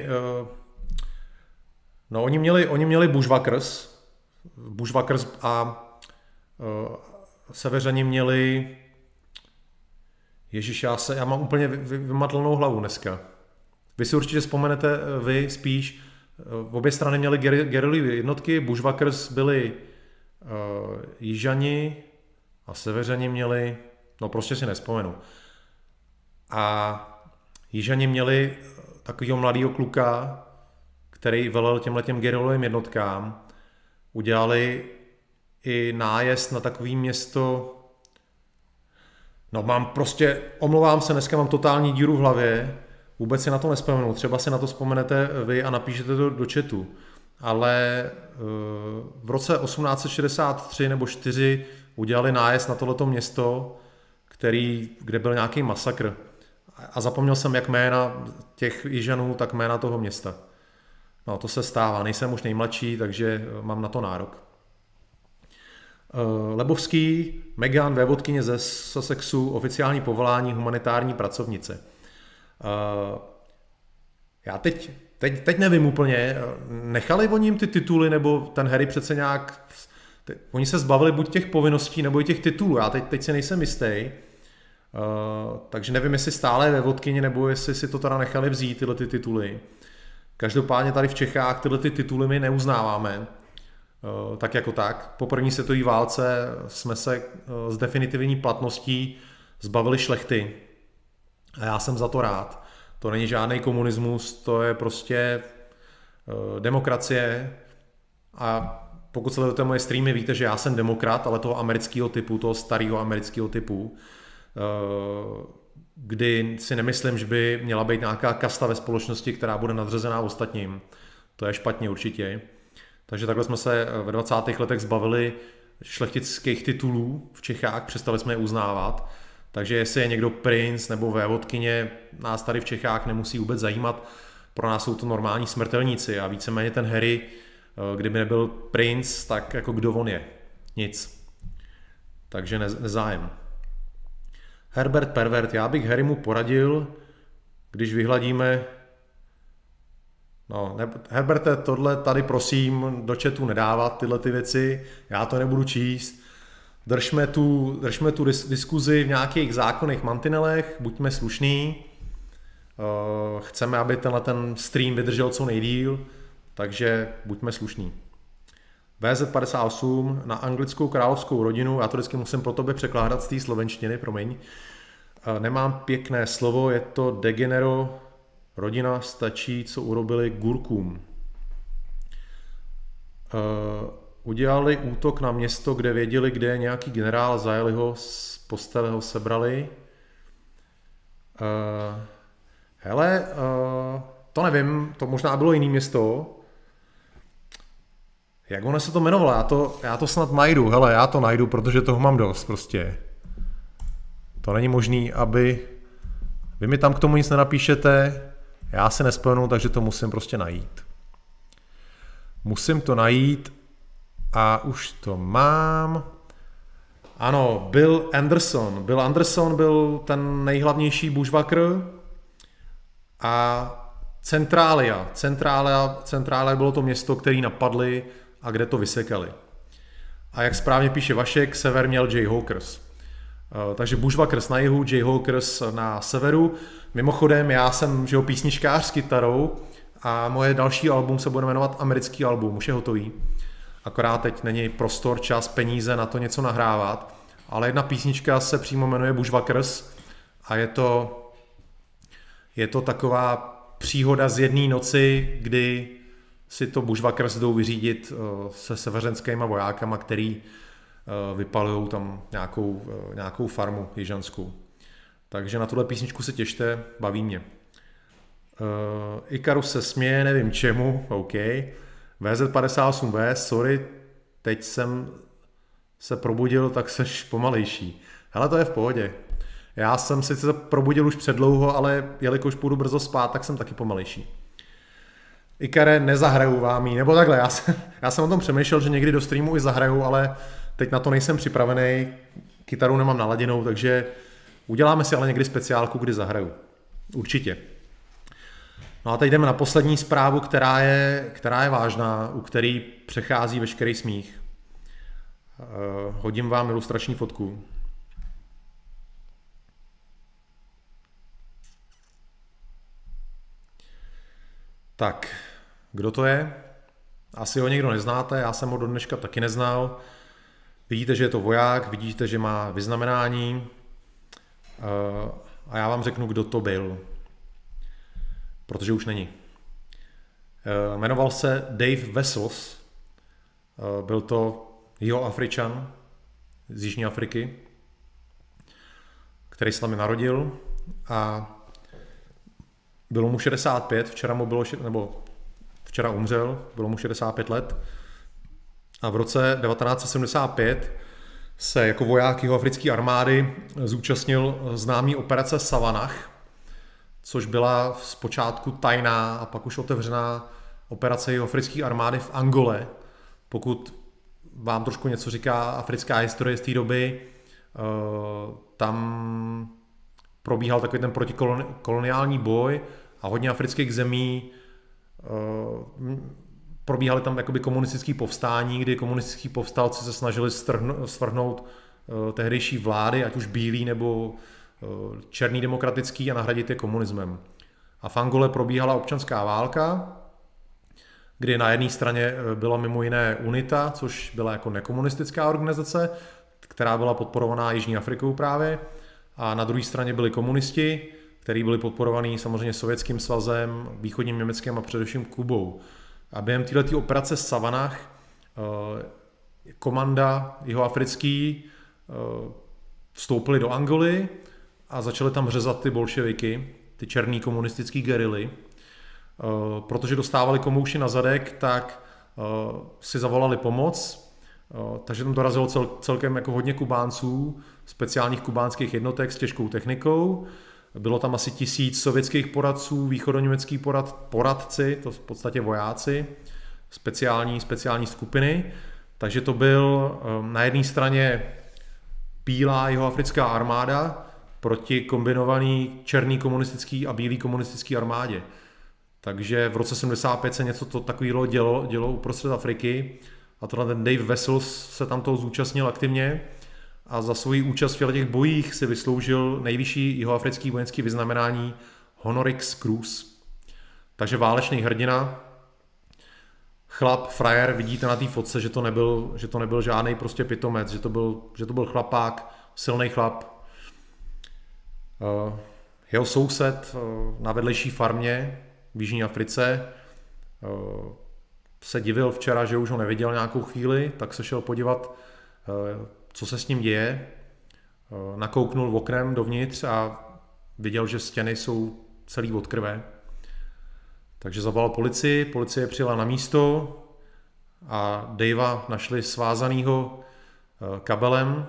oni měli Bushwhackers a Severani měli, ježiš, já mám úplně vymatlenou hlavu dneska. Vy si určitě vzpomenete, vy spíš, obě strany měly guerillové jednotky, Bushwhackers byli Jižani a Severani měli, no prostě si nevzpomenu. A Jižani měli takového mladého kluka, který velel těmhletěm guerillovým jednotkám. Udělali i nájezd na takové město, no omlouvám se, dneska mám totální díru v hlavě, vůbec si na to nespomenu, třeba si na to vzpomenete vy a napíšete to do chatu. Ale v roce 1863 nebo 4 udělali nájezd na tohleto město, kde byl nějaký masakr. A zapomněl jsem jak jména těch Jižanů, tak jména toho města. No, to se stává, nejsem už nejmladší, takže mám na to nárok. Lebovský, Meghan, vévodkyně ze Sussexu, oficiální povolání humanitární pracovnice. Já teď nevím úplně, nechali o ním ty tituly, nebo ten Harry přece nějak Oni se zbavili buď těch povinností, nebo i těch titulů. Já teď si nejsem jistý. Takže nevím, jestli stále je ve vodkyni, nebo jestli si to teda nechali vzít, tyhle ty tituly. Každopádně tady v Čechách tyhle ty tituly my neuznáváme. Tak jako tak. Po první světové válce jsme se s definitivní platností zbavili šlechty. A já jsem za to rád. To není žádný komunismus, to je prostě demokracie. A pokud sledujete moje streamy, víte, že já jsem demokrat, ale toho amerického typu, toho starého amerického typu, kdy si nemyslím, že by měla být nějaká kasta ve společnosti, která bude nadřazená ostatním. To je špatně určitě. Takže takhle jsme se ve 20. letech zbavili šlechtických titulů v Čechách, přestali jsme je uznávat. Takže jestli je někdo princ nebo vévodkyně, nás tady v Čechách nemusí vůbec zajímat. Pro nás jsou to normální smrtelníci a víceméně ten Harry, kdyby nebyl princ, tak jako kdo on je? Nic. Takže nezájem. Herbert Pervert, já bych Harrymu poradil, když vyhladíme... No, Herberte, tohle tady prosím do chatu nedávat, tyhle ty věci, já to nebudu číst. Držme tu diskuzi v nějakých zákonných mantinelech, buďme slušní. Chceme, aby ten stream vydržel co nejdýl, takže buďme slušní. VZ58 na anglickou královskou rodinu, já to vždycky musím pro tebe překládat z té slovenštiny, promiň. Nemám pěkné slovo, je to degenero, rodina stačí, co urobili Gurkům. Udělali útok na město, kde věděli, kde je nějaký generál, zajeli ho, z postele ho sebrali. To nevím, to možná bylo jiné město. Jak ono se to jmenovalo? Já to snad najdu, já to najdu, protože toho mám dost prostě. To není možný, aby... Vy mi tam k tomu nic nenapíšete, já si nespomenu, takže to musím prostě najít. Musím to najít a už to mám. Ano, Bill Anderson. Bill Anderson byl ten nejhlavnější bushwhacker a Centrália bylo to město, které napadli a kde to vysekali. A jak správně píše Vašek, sever měl Jayhawkers. Takže bushwhackers na jihu, Jayhawkers na severu. Mimochodem, já jsem písničkář s kytarou a moje další album se bude jmenovat Americký album, už je hotový. Akorát teď není prostor, čas, peníze na to něco nahrávat. Ale jedna písnička se přímo jmenuje Bushwhackers a je to taková příhoda z jedné noci, kdy si to bushwhackers jdou vyřídit se severenskýma vojákama, který vypalují tam nějakou farmu jižanskou. Takže na tuhle písničku se těšte, baví mě. Ikarus se směje, nevím čemu, OK. VZ58V, sorry, teď jsem se probudil, tak seš pomalejší. Hele, to je v pohodě. Já jsem se probudil už předlouho, ale jelikož půjdu brzo spát, tak jsem taky pomalejší. Ikare, nezahraju vám jí, nebo takhle, já jsem o tom přemýšlel, že někdy do streamu i zahraju, ale teď na to nejsem připravený, kytaru nemám naladěnou, takže uděláme si ale někdy speciálku, kdy zahraju. Určitě. No a teď jdeme na poslední zprávu, která je vážná, u který přechází veškerý smích. Hodím vám ilustrační fotku. Tak, kdo to je? Asi ho někdo neznáte, já jsem ho do dneška taky neznal. Vidíte, že je to voják, vidíte, že má vyznamenání a já vám řeknu, kdo to byl. Protože už není. Jmenoval se Dave Wessels, byl to Jihoafričan z Jižní Afriky, který se tam narodil a bylo mu 65, včera umřel, bylo mu 65 let a v roce 1975 se jako voják jihoafrické armády zúčastnil známý operace Savannah, což byla zpočátku tajná a pak už otevřená operace jihoafrické armády v Angole. Pokud vám trošku něco říká africká historie z té doby, tam probíhal takový ten protikoloniální boj a hodně afrických zemí probíhaly tam jakoby komunistický povstání, kdy komunistický povstalci se snažili svrhnout tehdejší vlády, ať už bílý nebo černý demokratický, a nahradit je komunismem. A v Angole probíhala občanská válka, kdy na jedné straně byla mimo jiné UNITA, což byla jako nekomunistická organizace, která byla podporovaná Jižní Afrikou právě, a na druhé straně byli komunisti, kteří byli podporovaní samozřejmě Sovětským svazem, východním Německem a především Kubou. A během této operace Savanach komanda jihoafrický vstoupili do Angoly a začali tam řezat ty bolševiky, ty černý komunistický gerily. Protože dostávali komouši na zadek, tak si zavolali pomoc, takže tam dorazilo celkem jako hodně Kubánců, speciálních kubánských jednotek s těžkou technikou. Bylo tam asi 1000 sovětských poradců, východoněmecký poradci, to v podstatě vojáci, speciální skupiny. Takže to byl na jedné straně bílá jihoafrická armáda proti kombinovaný černý komunistický a bílý komunistický armádě. Takže v roce 75 se něco takového dělo uprostřed Afriky a tohle ten Dave Wessels se tam toho zúčastnil aktivně a za svoji účast v těch bojích si vysloužil nejvyšší jihoafrický vojenský vyznamenání Honorix Cruz. Takže válečný hrdina, chlap, frajer, vidíte na té fotce, že to nebyl žádný prostě pitomec, že to byl chlapák, silný chlap. Jeho soused na vedlejší farmě v Jižní Africe se divil včera, že už ho neviděl nějakou chvíli, tak se šel podívat, co se s ním děje. Nakouknul oknem dovnitř a viděl, že stěny jsou celý od krve. Takže zavolal policii, policie přijela na místo a Davea našli svázanýho kabelem.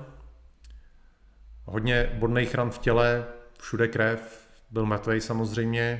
Hodně bodných ran v těle, všude krev, byl mrtvej samozřejmě.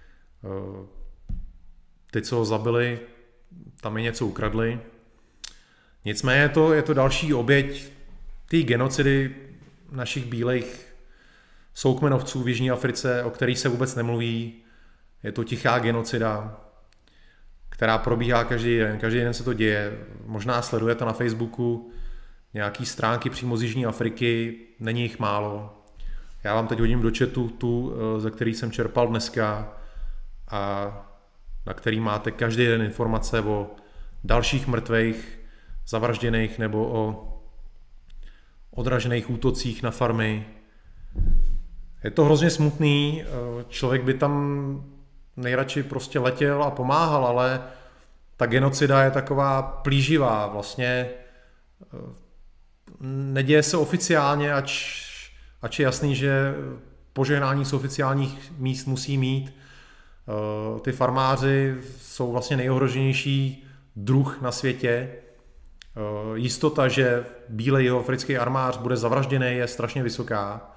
Ty, co ho zabili, tam je něco ukradli. Nicméně je to další oběť té genocidy našich bílých soukmenovců v Jižní Africe, o kterých se vůbec nemluví. Je to tichá genocida, která probíhá každý den se to děje. Možná sledujete na Facebooku nějaký stránky přímo z Jižní Afriky, není jich málo. Já vám teď hodím do chatu ze který jsem čerpal dneska a na který máte každý den informace o dalších mrtvých, zavražděných nebo o odražených útocích na farmy. Je to hrozně smutný, člověk by tam nejradši prostě letěl a pomáhal, ale ta genocida je taková plíživá, vlastně neděje se oficiálně, ač je jasný, že požehnání z oficiálních míst musí mít. Ty farmáři jsou vlastně nejohroženější druh na světě. Jistota, že bílej jihoafrický armář bude zavražděný, je strašně vysoká.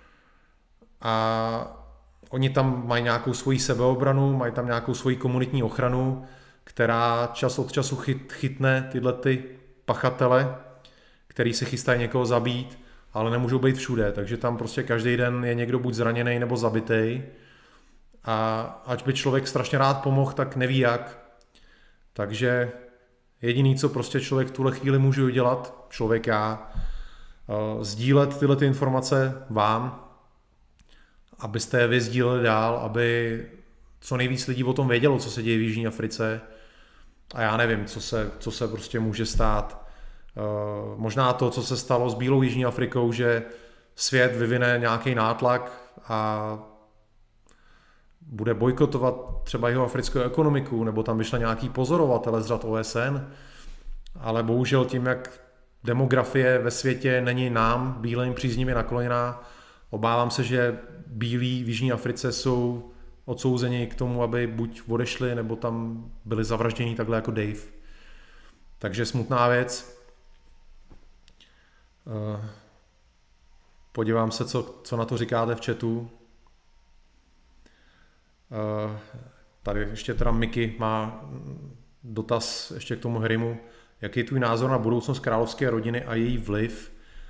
A oni tam mají nějakou svoji sebeobranu, mají tam nějakou svoji komunitní ochranu, která čas od času chytne tyhle ty pachatele, který se chystají někoho zabít, ale nemůžou být všude, takže tam prostě každý den je někdo buď zraněný nebo zabitý. A ať by člověk strašně rád pomohl, tak neví jak. Takže jediný, co prostě člověk v tuhle chvíli může udělat, člověk já, sdílet tyhle ty informace vám, abyste je sdíleli dál, aby co nejvíc lidí o tom vědělo, co se děje v Jižní Africe. A já nevím, co se prostě může stát. Možná to, co se stalo s bílou Jižní Afrikou, že svět vyvine nějaký nátlak a bude bojkotovat třeba jihoafrickou ekonomiku, nebo tam vyšle nějaký pozorovatele z řad OSN, ale bohužel tím, jak demografie ve světě není nám, bílým, příznivě nakloněná, obávám se, že bílí v Jižní Africe jsou odsouzeni k tomu, aby buď odešli, nebo tam byli zavražděni takhle jako Dave. Takže smutná věc. Podívám se, co na to říkáte v chatu. Tady ještě teda Miky má dotaz ještě k tomu Harrymu. Jaký je tvůj názor na budoucnost královské rodiny a její vliv?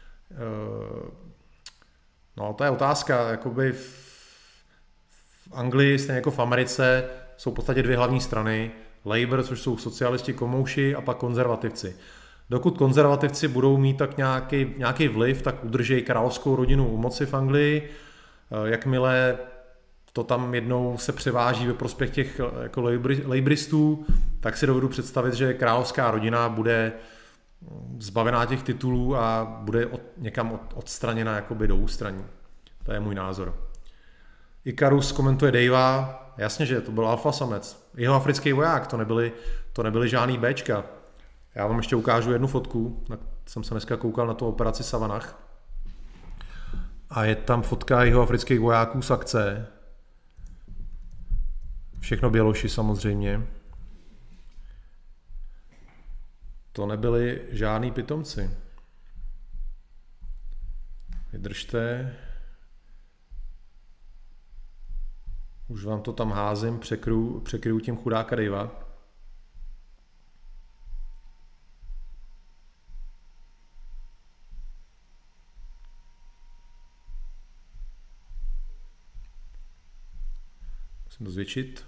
No, to je otázka. Jakoby v Anglii, stejně jako v Americe, jsou v podstatě dvě hlavní strany. Labour, což jsou socialisti, komouši a pak konzervativci. Dokud konzervativci budou mít tak nějaký vliv, tak udržejí královskou rodinu u moci v Anglii. Jakmile to tam jednou se převáží ve prospěch těch jako labouristů, tak si dovedu představit, že královská rodina bude zbavená těch titulů a bude někam odstraněna jakoby do ústraní. To je můj názor. Ikarus komentuje Davea, jasně, že to byl alfa samec. Jeho africký voják, to nebyly žádný Bčka. Já vám ještě ukážu jednu fotku, jsem se dneska koukal na tu operaci Savannah. A je tam fotka jeho afrických vojáků z akce. Všechno běloši samozřejmě. To nebyli žádný pitomci. Vydržte. Už vám to tam házím, překryju tím chudáka Davea. Musím to zvětšit.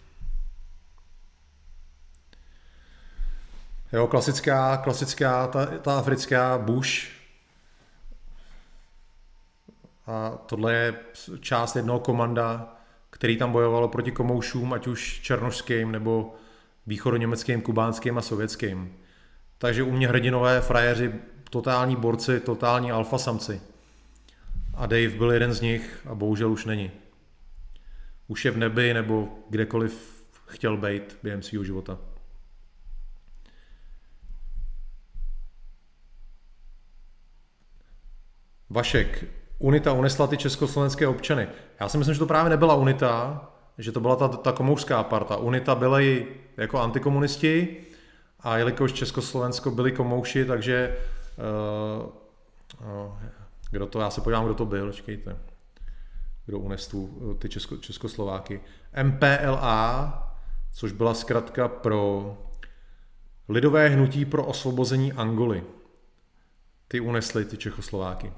Jo, klasická ta africká Bush. A tohle je část jednoho komanda, který tam bojovalo proti komoušům, ať už černošským, nebo východoněmeckým, kubánským a sovětským. Takže u mě hrdinové frajeři, totální borci, totální alfa samci. A Dave byl jeden z nich a bohužel už není. Už je v nebi nebo kdekoliv chtěl být během svého života. Vašek, UNITA unesla ty československé občany. Já si myslím, že to právě nebyla UNITA, že to byla ta komoušská parta. UNITA byly jako antikomunisti a jelikož Československo byli komouši, takže já se podívám, kdo to byl, čekejte. Kdo unesl ty Českoslováky. MPLA, což byla zkratka pro Lidové hnutí pro osvobození Angoly. Ty unesly ty Čechoslováky.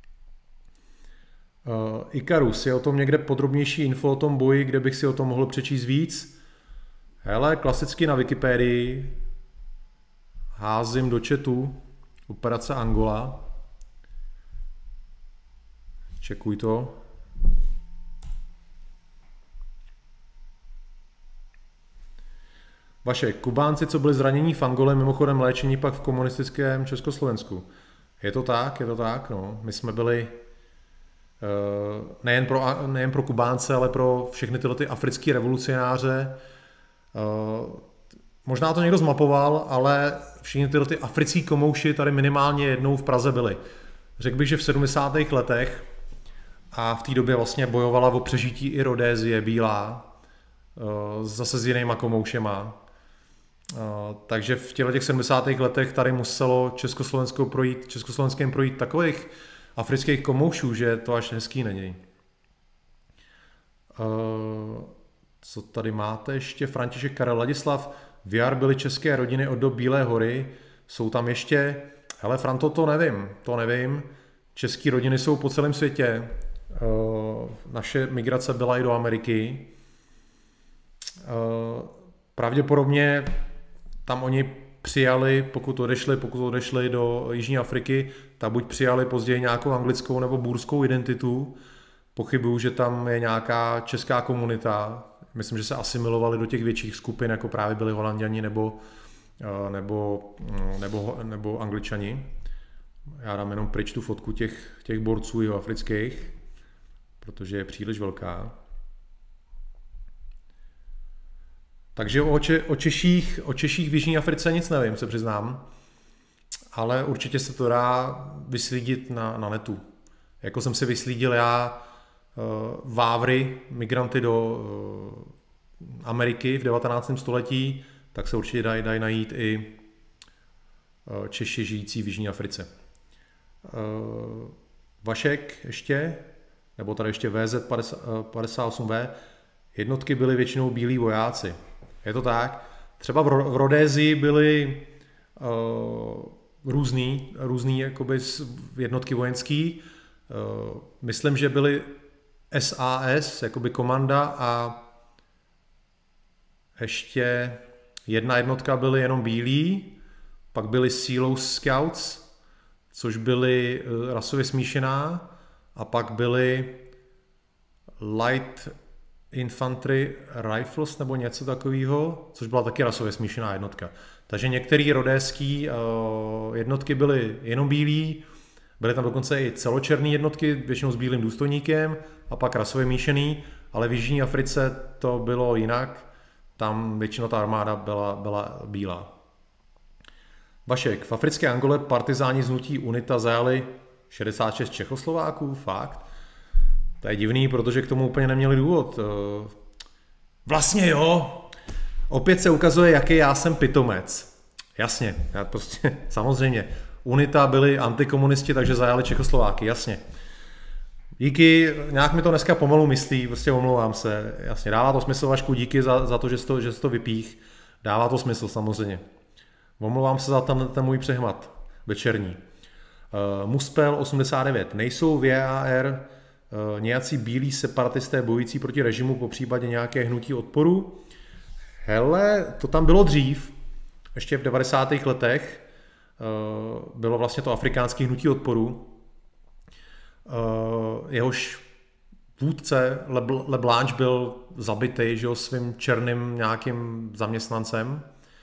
Ikarus, je o tom někde podrobnější info o tom boji, kde bych si o tom mohl přečíst víc? Hele, klasicky na Wikipedii házím do chatu operace Angola. Čekuj to. Vašek, Kubánci, co byli zranění v Angole, mimochodem léčení pak v komunistickém Československu. Je to tak, no. My jsme byli nejen pro Kubánce, ale pro všechny tyhle ty africký revolucionáře. Možná to někdo zmapoval, ale všichni tyhle ty africký komouši tady minimálně jednou v Praze byli. Řekl bych, že v 70. letech a v té době vlastně bojovala o přežití i Rodézie bílá, zase s jinýma komoušema. Takže v těch 70. letech tady muselo Československém projít takových afrických komoušů, že to až hezký není. Co tady máte ještě? František Karel Ladislav. V jar byly české rodiny od dob Bílé hory. Jsou tam ještě... Hele, Franto, to nevím. České rodiny jsou po celém světě. Naše migrace byla i do Ameriky. Pravděpodobně tam oni přijali, pokud odešli do Jižní Afriky, tak buď přijali později nějakou anglickou nebo bůrskou identitu. Pochybuju, že tam je nějaká česká komunita. Myslím, že se asimilovali do těch větších skupin, jako právě byli Holanďani nebo Angličani. Já dám jenom pryč tu fotku těch borců jihoafrických, protože je příliš velká. Takže o Češích v Jižní Africe nic nevím, se přiznám, ale určitě se to dá vyslídit na netu. Jako jsem si vyslídil já Vávry, migranty do Ameriky v 19. století, tak se určitě dají najít i Češi žijící v Jižní Africe. Vašek ještě, nebo tady ještě VZ58V, jednotky byly většinou bílí vojáci. Je to tak? Třeba v Rodésii byly různý jakoby jednotky vojenský. Myslím, že byly SAS, jakoby komanda a ještě Jedna jednotka byly jenom bílí, pak byly Silo Scouts, což byly rasově smíšená, a pak byly Light Infantry Rifles nebo něco takového, což byla taky rasově smíšená jednotka. Takže některé rodéské jednotky byly jenom bílí, byly tam dokonce i celočerné jednotky, většinou s bílým důstojníkem, a pak rasově míšený, ale v Jižní Africe to bylo jinak, tam většinou ta armáda byla bílá. Vašek, v africké Angole partizáni z hnutí UNITA zajali 66 Čechoslováků, fakt? To je divný, protože k tomu úplně neměli důvod. Vlastně jo, opět se ukazuje, jaký já jsem pitomec. Jasně, já prostě, samozřejmě. UNITA byli antikomunisti, takže zajali Čechoslováky, jasně. Díky, nějak mi to dneska pomalu myslí, prostě omlouvám se. Jasně, dává to smysl, Vašku, díky za to, že jsi to vypích. Dává to smysl, samozřejmě. Omlouvám se za ten můj přehmat večerní. Muspel 89. Nejsou v VAR nějací bílí separatisté bojující proti režimu, po případě nějaké hnutí odporu? Hele, to tam bylo dřív, ještě v 90. letech bylo vlastně to afrikánské hnutí odporu. Jehož vůdce LeBlanc byl zabitý, že jo, svým černým nějakým zaměstnancem.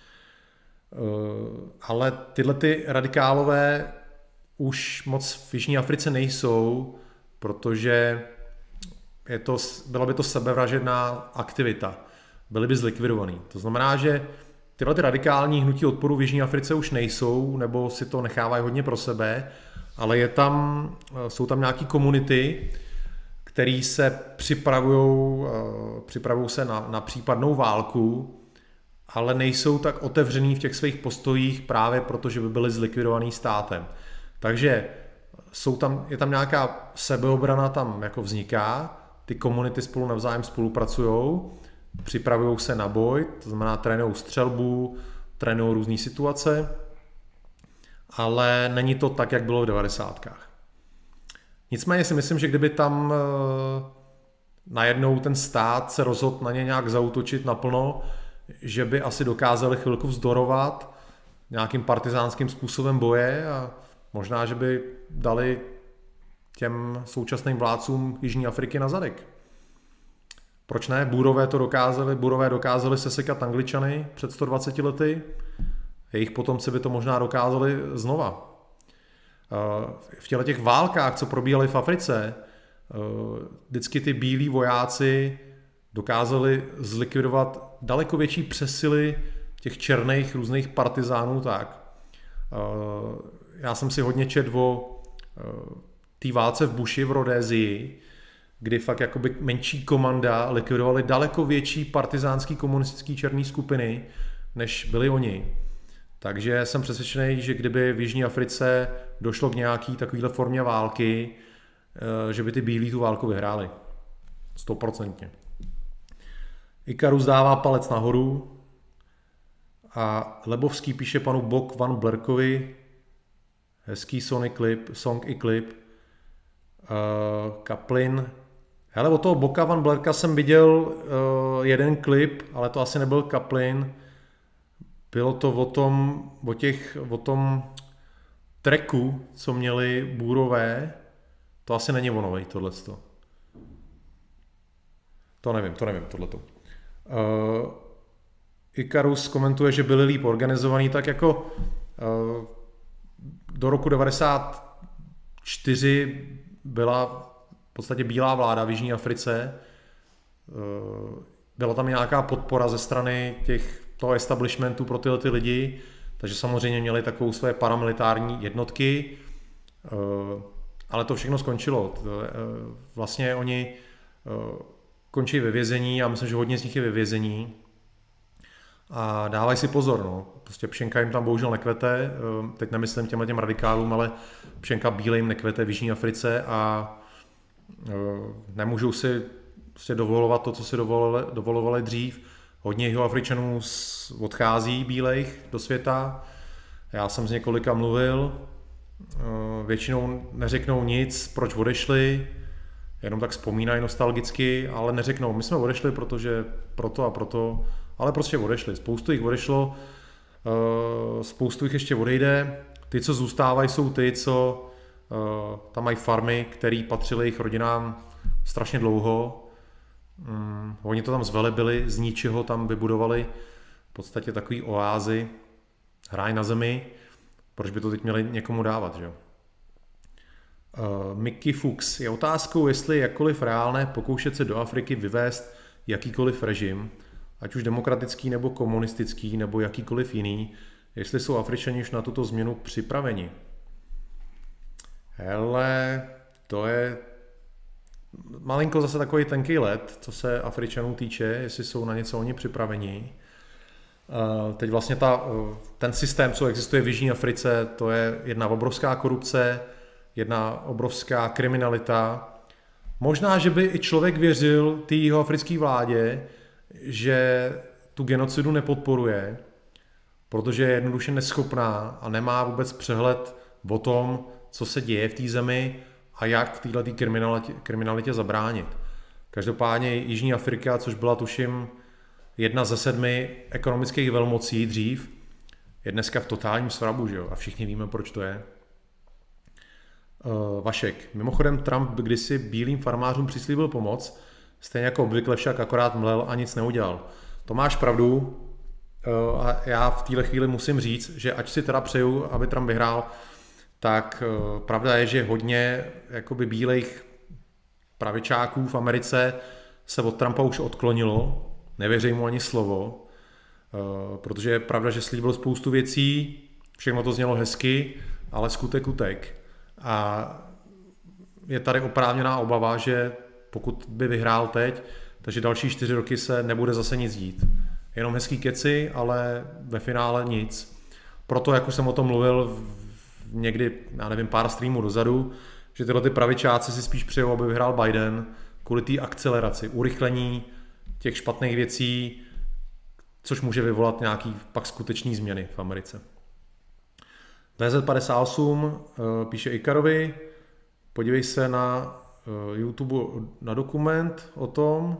Ale tyhle ty radikálové už moc v Jižní Africe nejsou, protože byla by to sebevražedná aktivita. Byly by zlikvidovaný. To znamená, že tyhle ty radikální hnutí odporu v Jižní Africe už nejsou, nebo si to nechávají hodně pro sebe, ale jsou tam nějaké komunity, které se připravují se na případnou válku, ale nejsou tak otevřený v těch svých postojích právě proto, že by byly zlikvidovaný státem. Takže je tam nějaká sebeobrana, tam jako vzniká, ty komunity spolu navzájem spolupracují, připravují se na boj, to znamená trénují střelbu, trénují různé situace, ale není to tak, jak bylo v 90kách. Nicméně si myslím, že kdyby tam najednou ten stát se rozhodl na ně nějak zaútočit naplno, že by asi dokázali chvilku vzdorovat nějakým partizánským způsobem boje a možná, že by dali těm současným vládcům Jižní Afriky na zadek. Proč ne? Bůrové dokázali sesekat Angličany před 120 lety, jejich potomci by to možná dokázali znova. V těch válkách, co probíhaly v Africe, vždycky ty bílí vojáci dokázali zlikvidovat daleko větší přesily těch černých různých partizánů tak. Já jsem si hodně četl o té válce v Buši v Rodésii, kdy fakt jakoby menší komanda likvidovali daleko větší partizánský komunistický černý skupiny, než byli oni. Takže jsem přesvědčený, že kdyby v Jižní Africe došlo k nějaký takovýhle formě války, že by ty bílí tu válku vyhráli. 100%. Ikarus dává palec nahoru a Lebovský píše panu Bok Van Blerkovi hezký song i klip. Kaplin. Hele, od toho Boka Van Blerka jsem viděl jeden klip, ale to asi nebyl Kaplin. Bylo to o tom tracku, co měli Bůrové. To asi není onovej, tohleto. To nevím, tohleto. Ikarus komentuje, že byli líp organizovaný, tak jako do roku 94 byla v podstatě bílá vláda v Jižní Africe. Byla tam nějaká podpora ze strany toho establishmentu pro tyhle ty lidi, takže samozřejmě měli takovou své paramilitární jednotky, ale to všechno skončilo. Vlastně oni končí ve vězení, já myslím, že hodně z nich je ve vězení a dávají si pozor, no. Prostě pšenka jim tam bohužel nekvete, teď nemyslím těm radikálům, ale pšenka bílé jim nekvete v Jižní Africe a nemůžou si prostě dovolovat to, co si dovolovali dřív. Hodně Jihoafričanů odchází bílejch do světa, já jsem s několika mluvil, většinou neřeknou nic, proč odešli, jenom tak vzpomínají nostalgicky, ale neřeknou, my jsme odešli, protože proto a proto ale prostě odešli. Spoustu jich odešlo, spoustu jich ještě odejde. Ty, co zůstávají, jsou ty, co tam mají farmy, které patřily jejich rodinám strašně dlouho. Oni to tam zvelebili, z ničeho tam vybudovali v podstatě takový oázy, hráj na zemi, proč by to teď měli někomu dávat, že? Mickey Fuchs, je otázkou, jestli jakkoliv reálné pokoušet se do Afriky vyvést jakýkoliv režim, ať už demokratický nebo komunistický nebo jakýkoliv jiný, jestli jsou Afričani už na tuto změnu připraveni. Hele, to je malinko zase takový tenký led, co se Afričanů týče, jestli jsou na něco oni připraveni. Teď vlastně ten systém, co existuje v Jižní Africe, to je jedna obrovská korupce, jedna obrovská kriminalita. Možná, že by i člověk věřil té jihoafrické vládě, že tu genocidu nepodporuje, protože je jednoduše neschopná a nemá vůbec přehled o tom, co se děje v té zemi a jak v této kriminalitě zabránit. Každopádně Jižní Afrika, což byla tuším 1 ze 7 ekonomických velmocí dřív, je dneska v totálním svrabu, že jo? A všichni víme, proč to je. Vašek. Mimochodem Trump kdysi bílým farmářům přislíbil pomoc, stejně jako obvykle však akorát mlel a nic neudělal. To máš pravdu a já v téhle chvíli musím říct, že ač si teda přeju, aby Trump vyhrál, tak pravda je, že hodně jakoby bílejch pravičáků v Americe se od Trumpa už odklonilo, nevěří mu ani slovo, protože je pravda, že slíbil spoustu věcí, všechno to znělo hezky, ale skutek utek. A je tady oprávněná obava, že pokud by vyhrál teď, takže další 4 roky se nebude zase nic dít. Jenom hezký keci, ale ve finále nic. Proto, jak už jsem o tom mluvil někdy, já nevím, pár streamů dozadu, že tyhle ty pravičáci si spíš přejou, aby vyhrál Biden kvůli té akceleraci, urychlení těch špatných věcí, což může vyvolat nějaký pak skutečný změny v Americe. VZ58 píše Ikarovi, podívej se na YouTube na dokument o tom.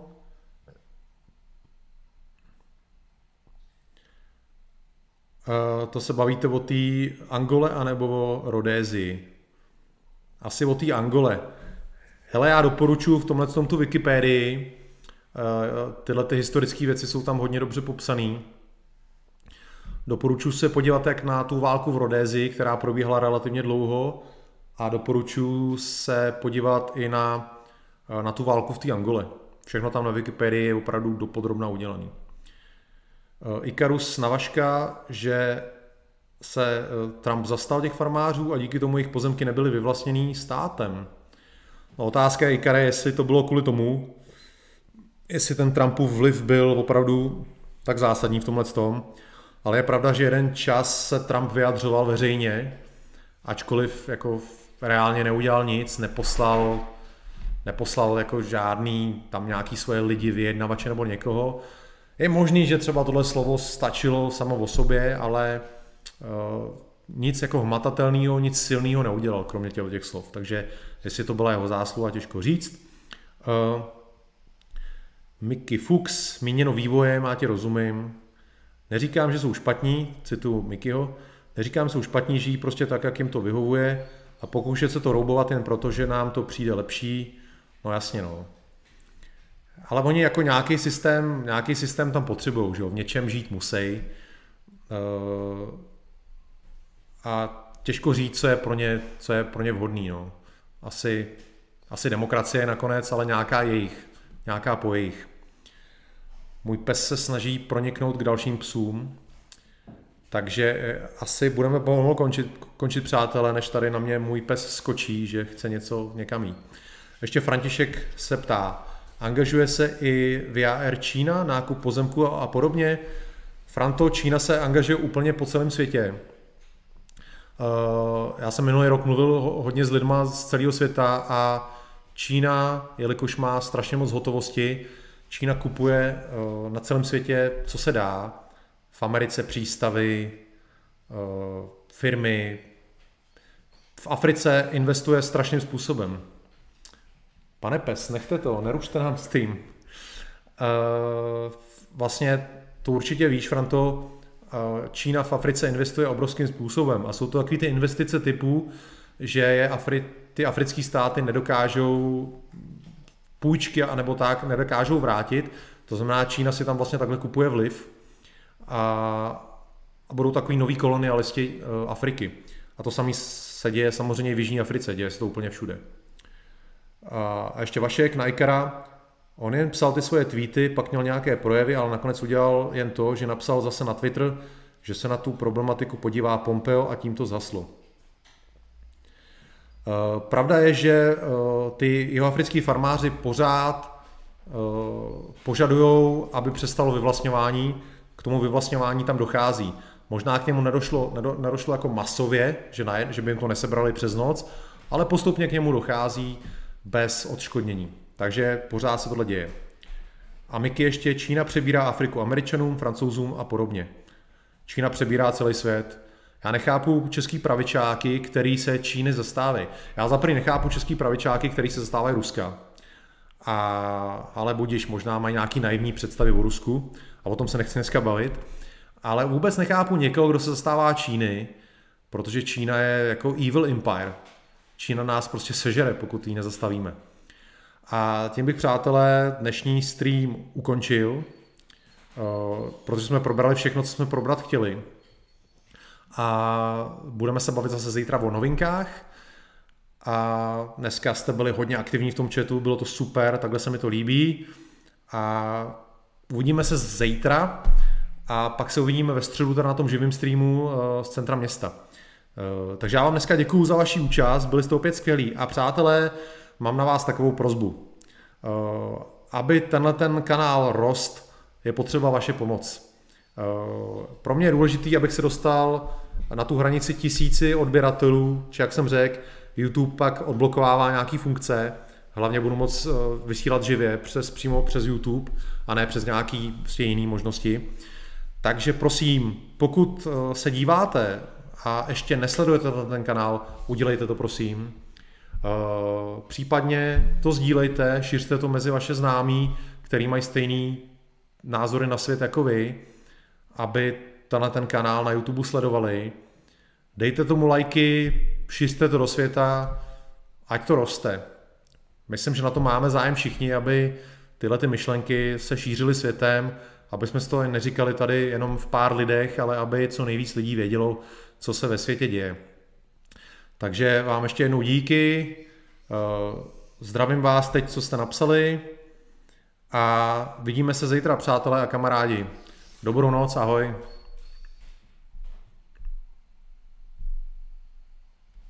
To se bavíte o té Angole anebo o Rodésii? Asi o té Angole. Hele, já doporučuji v tomhle tu Wikipedii, tyhle ty historické věci jsou tam hodně dobře popsané. Doporučuji se podívat jak na tu válku v Rodésii, která probíhala relativně dlouho, a doporučuji se podívat i na tu válku v té Angole. Všechno tam na Wikipedii je opravdu dopodrobna udělaný. Ikarus Navaška, že se Trump zastal těch farmářů a díky tomu jejich pozemky nebyly vyvlastněný státem. No, otázka je, Ikare, jestli to bylo kvůli tomu, jestli ten Trumpův vliv byl opravdu tak zásadní v tomhle tom. Ale je pravda, že jeden čas se Trump vyjadřoval veřejně, ačkoliv jako reálně neudělal nic, neposlal jako žádný tam nějaký svoje lidi, vyjednavače nebo někoho. Je možný, že třeba tohle slovo stačilo samo o sobě, ale nic jako hmatatelného, nic silného neudělal, kromě těch slov. Takže jestli to byla jeho zásluha, těžko říct. Mickey Fuchs, míněno vývojem, já tě rozumím. Neříkám, že jsou špatní, cituju Mickeyho, neříkám, že jsou špatní, žijí prostě tak, jak jim to vyhovuje a pokoušet se to roubovat jen proto, že nám to přijde lepší, no jasně no. Ale oni jako nějaký systém tam potřebují, že jo, v něčem žít musí. A těžko říct, co je pro ně vhodný, no. Asi demokracie nakonec, ale nějaká po jejich. Můj pes se snaží proniknout k dalším psům, takže asi budeme pomalu končit, přátelé, než tady na mě můj pes skočí, že chce něco někam jít. Ještě František se ptá, angažuje se i VAR Čína, nákup pozemku a podobně? Franto, Čína se angažuje úplně po celém světě. Já jsem minulý rok mluvil hodně s lidma z celého světa a Čína, jelikož má strašně moc hotovosti, Čína kupuje na celém světě, co se dá. V Americe přístavy, firmy. V Africe investuje strašným způsobem. Pane pes, nechte to, nerušte nám stream. Vlastně to určitě víš, Franto, Čína v Africe investuje obrovským způsobem a jsou to takové ty investice typu, že ty africké státy nedokážou půjčky anebo tak nedokážou vrátit. To znamená, Čína si tam vlastně takhle kupuje vliv a budou takový noví kolonialisti Afriky. A to samé se děje samozřejmě v Jižní Africe, děje se to úplně všude. A ještě Vašek Najkara, on jen psal ty svoje tweety, pak měl nějaké projevy, ale nakonec udělal jen to, že napsal zase na Twitter, že se na tu problematiku podívá Pompeo a tím to zhaslo. Pravda je, že ty jihoafrický farmáři pořád požadují, aby přestalo vyvlastňování. K tomu vyvlastňování tam dochází. Možná k němu nedošlo jako masově, že by jim to nesebrali přes noc, ale postupně k němu dochází bez odškodnění. Takže pořád se tohle děje. A Miky ještě, Čína přebírá Afriku Američanům, Francouzům a podobně. Čína přebírá celý svět. Já nechápu český pravičáky, který se Číny zastávají. Já zaprvé nechápu český pravičáky, který se zastávají Ruska. Ale budiž, možná mají nějaký naivní představy o Rusku a o tom se nechci dneska bavit. Ale vůbec nechápu někoho, kdo se zastává Číny, protože Čína je jako evil empire. Čína nás prostě sežere, pokud ji nezastavíme. A tím bych, přátelé, dnešní stream ukončil, protože jsme probrali všechno, co jsme probrat chtěli. A budeme se bavit zase zítra o novinkách. A dneska jste byli hodně aktivní v tom chatu, bylo to super, takhle se mi to líbí. A uvidíme se zítra a pak se uvidíme ve středu teda na tom živém streamu z centra města. Takže já vám dneska děkuju za vaši účast, byli jste opět skvělí. A přátelé, mám na vás takovou prosbu. Aby ten kanál rost, je potřeba vaše pomoc. Pro mě je důležitý, abych se dostal na tu hranici 1000 odběratelů, či jak jsem řekl, YouTube pak odblokovává nějaký funkce, hlavně budu moct vysílat živě přímo přes YouTube a ne přes nějaký prostě jiný možnosti. Takže prosím, pokud se díváte a ještě nesledujete ten kanál, udělejte to prosím. Případně to sdílejte, šiřte to mezi vaše známí, který mají stejný názory na svět jako vy, aby ten kanál na YouTube sledovali. Dejte tomu lajky, šiřte to do světa, ať to roste. Myslím, že na to máme zájem všichni, aby tyhle ty myšlenky se šířily světem, aby jsme si to neříkali tady jenom v pár lidech, ale aby co nejvíc lidí vědělo, co se ve světě děje. Takže vám ještě jednou díky, zdravím vás teď, co jste napsali a vidíme se zítra, přátelé a kamarádi. Dobrou noc, ahoj.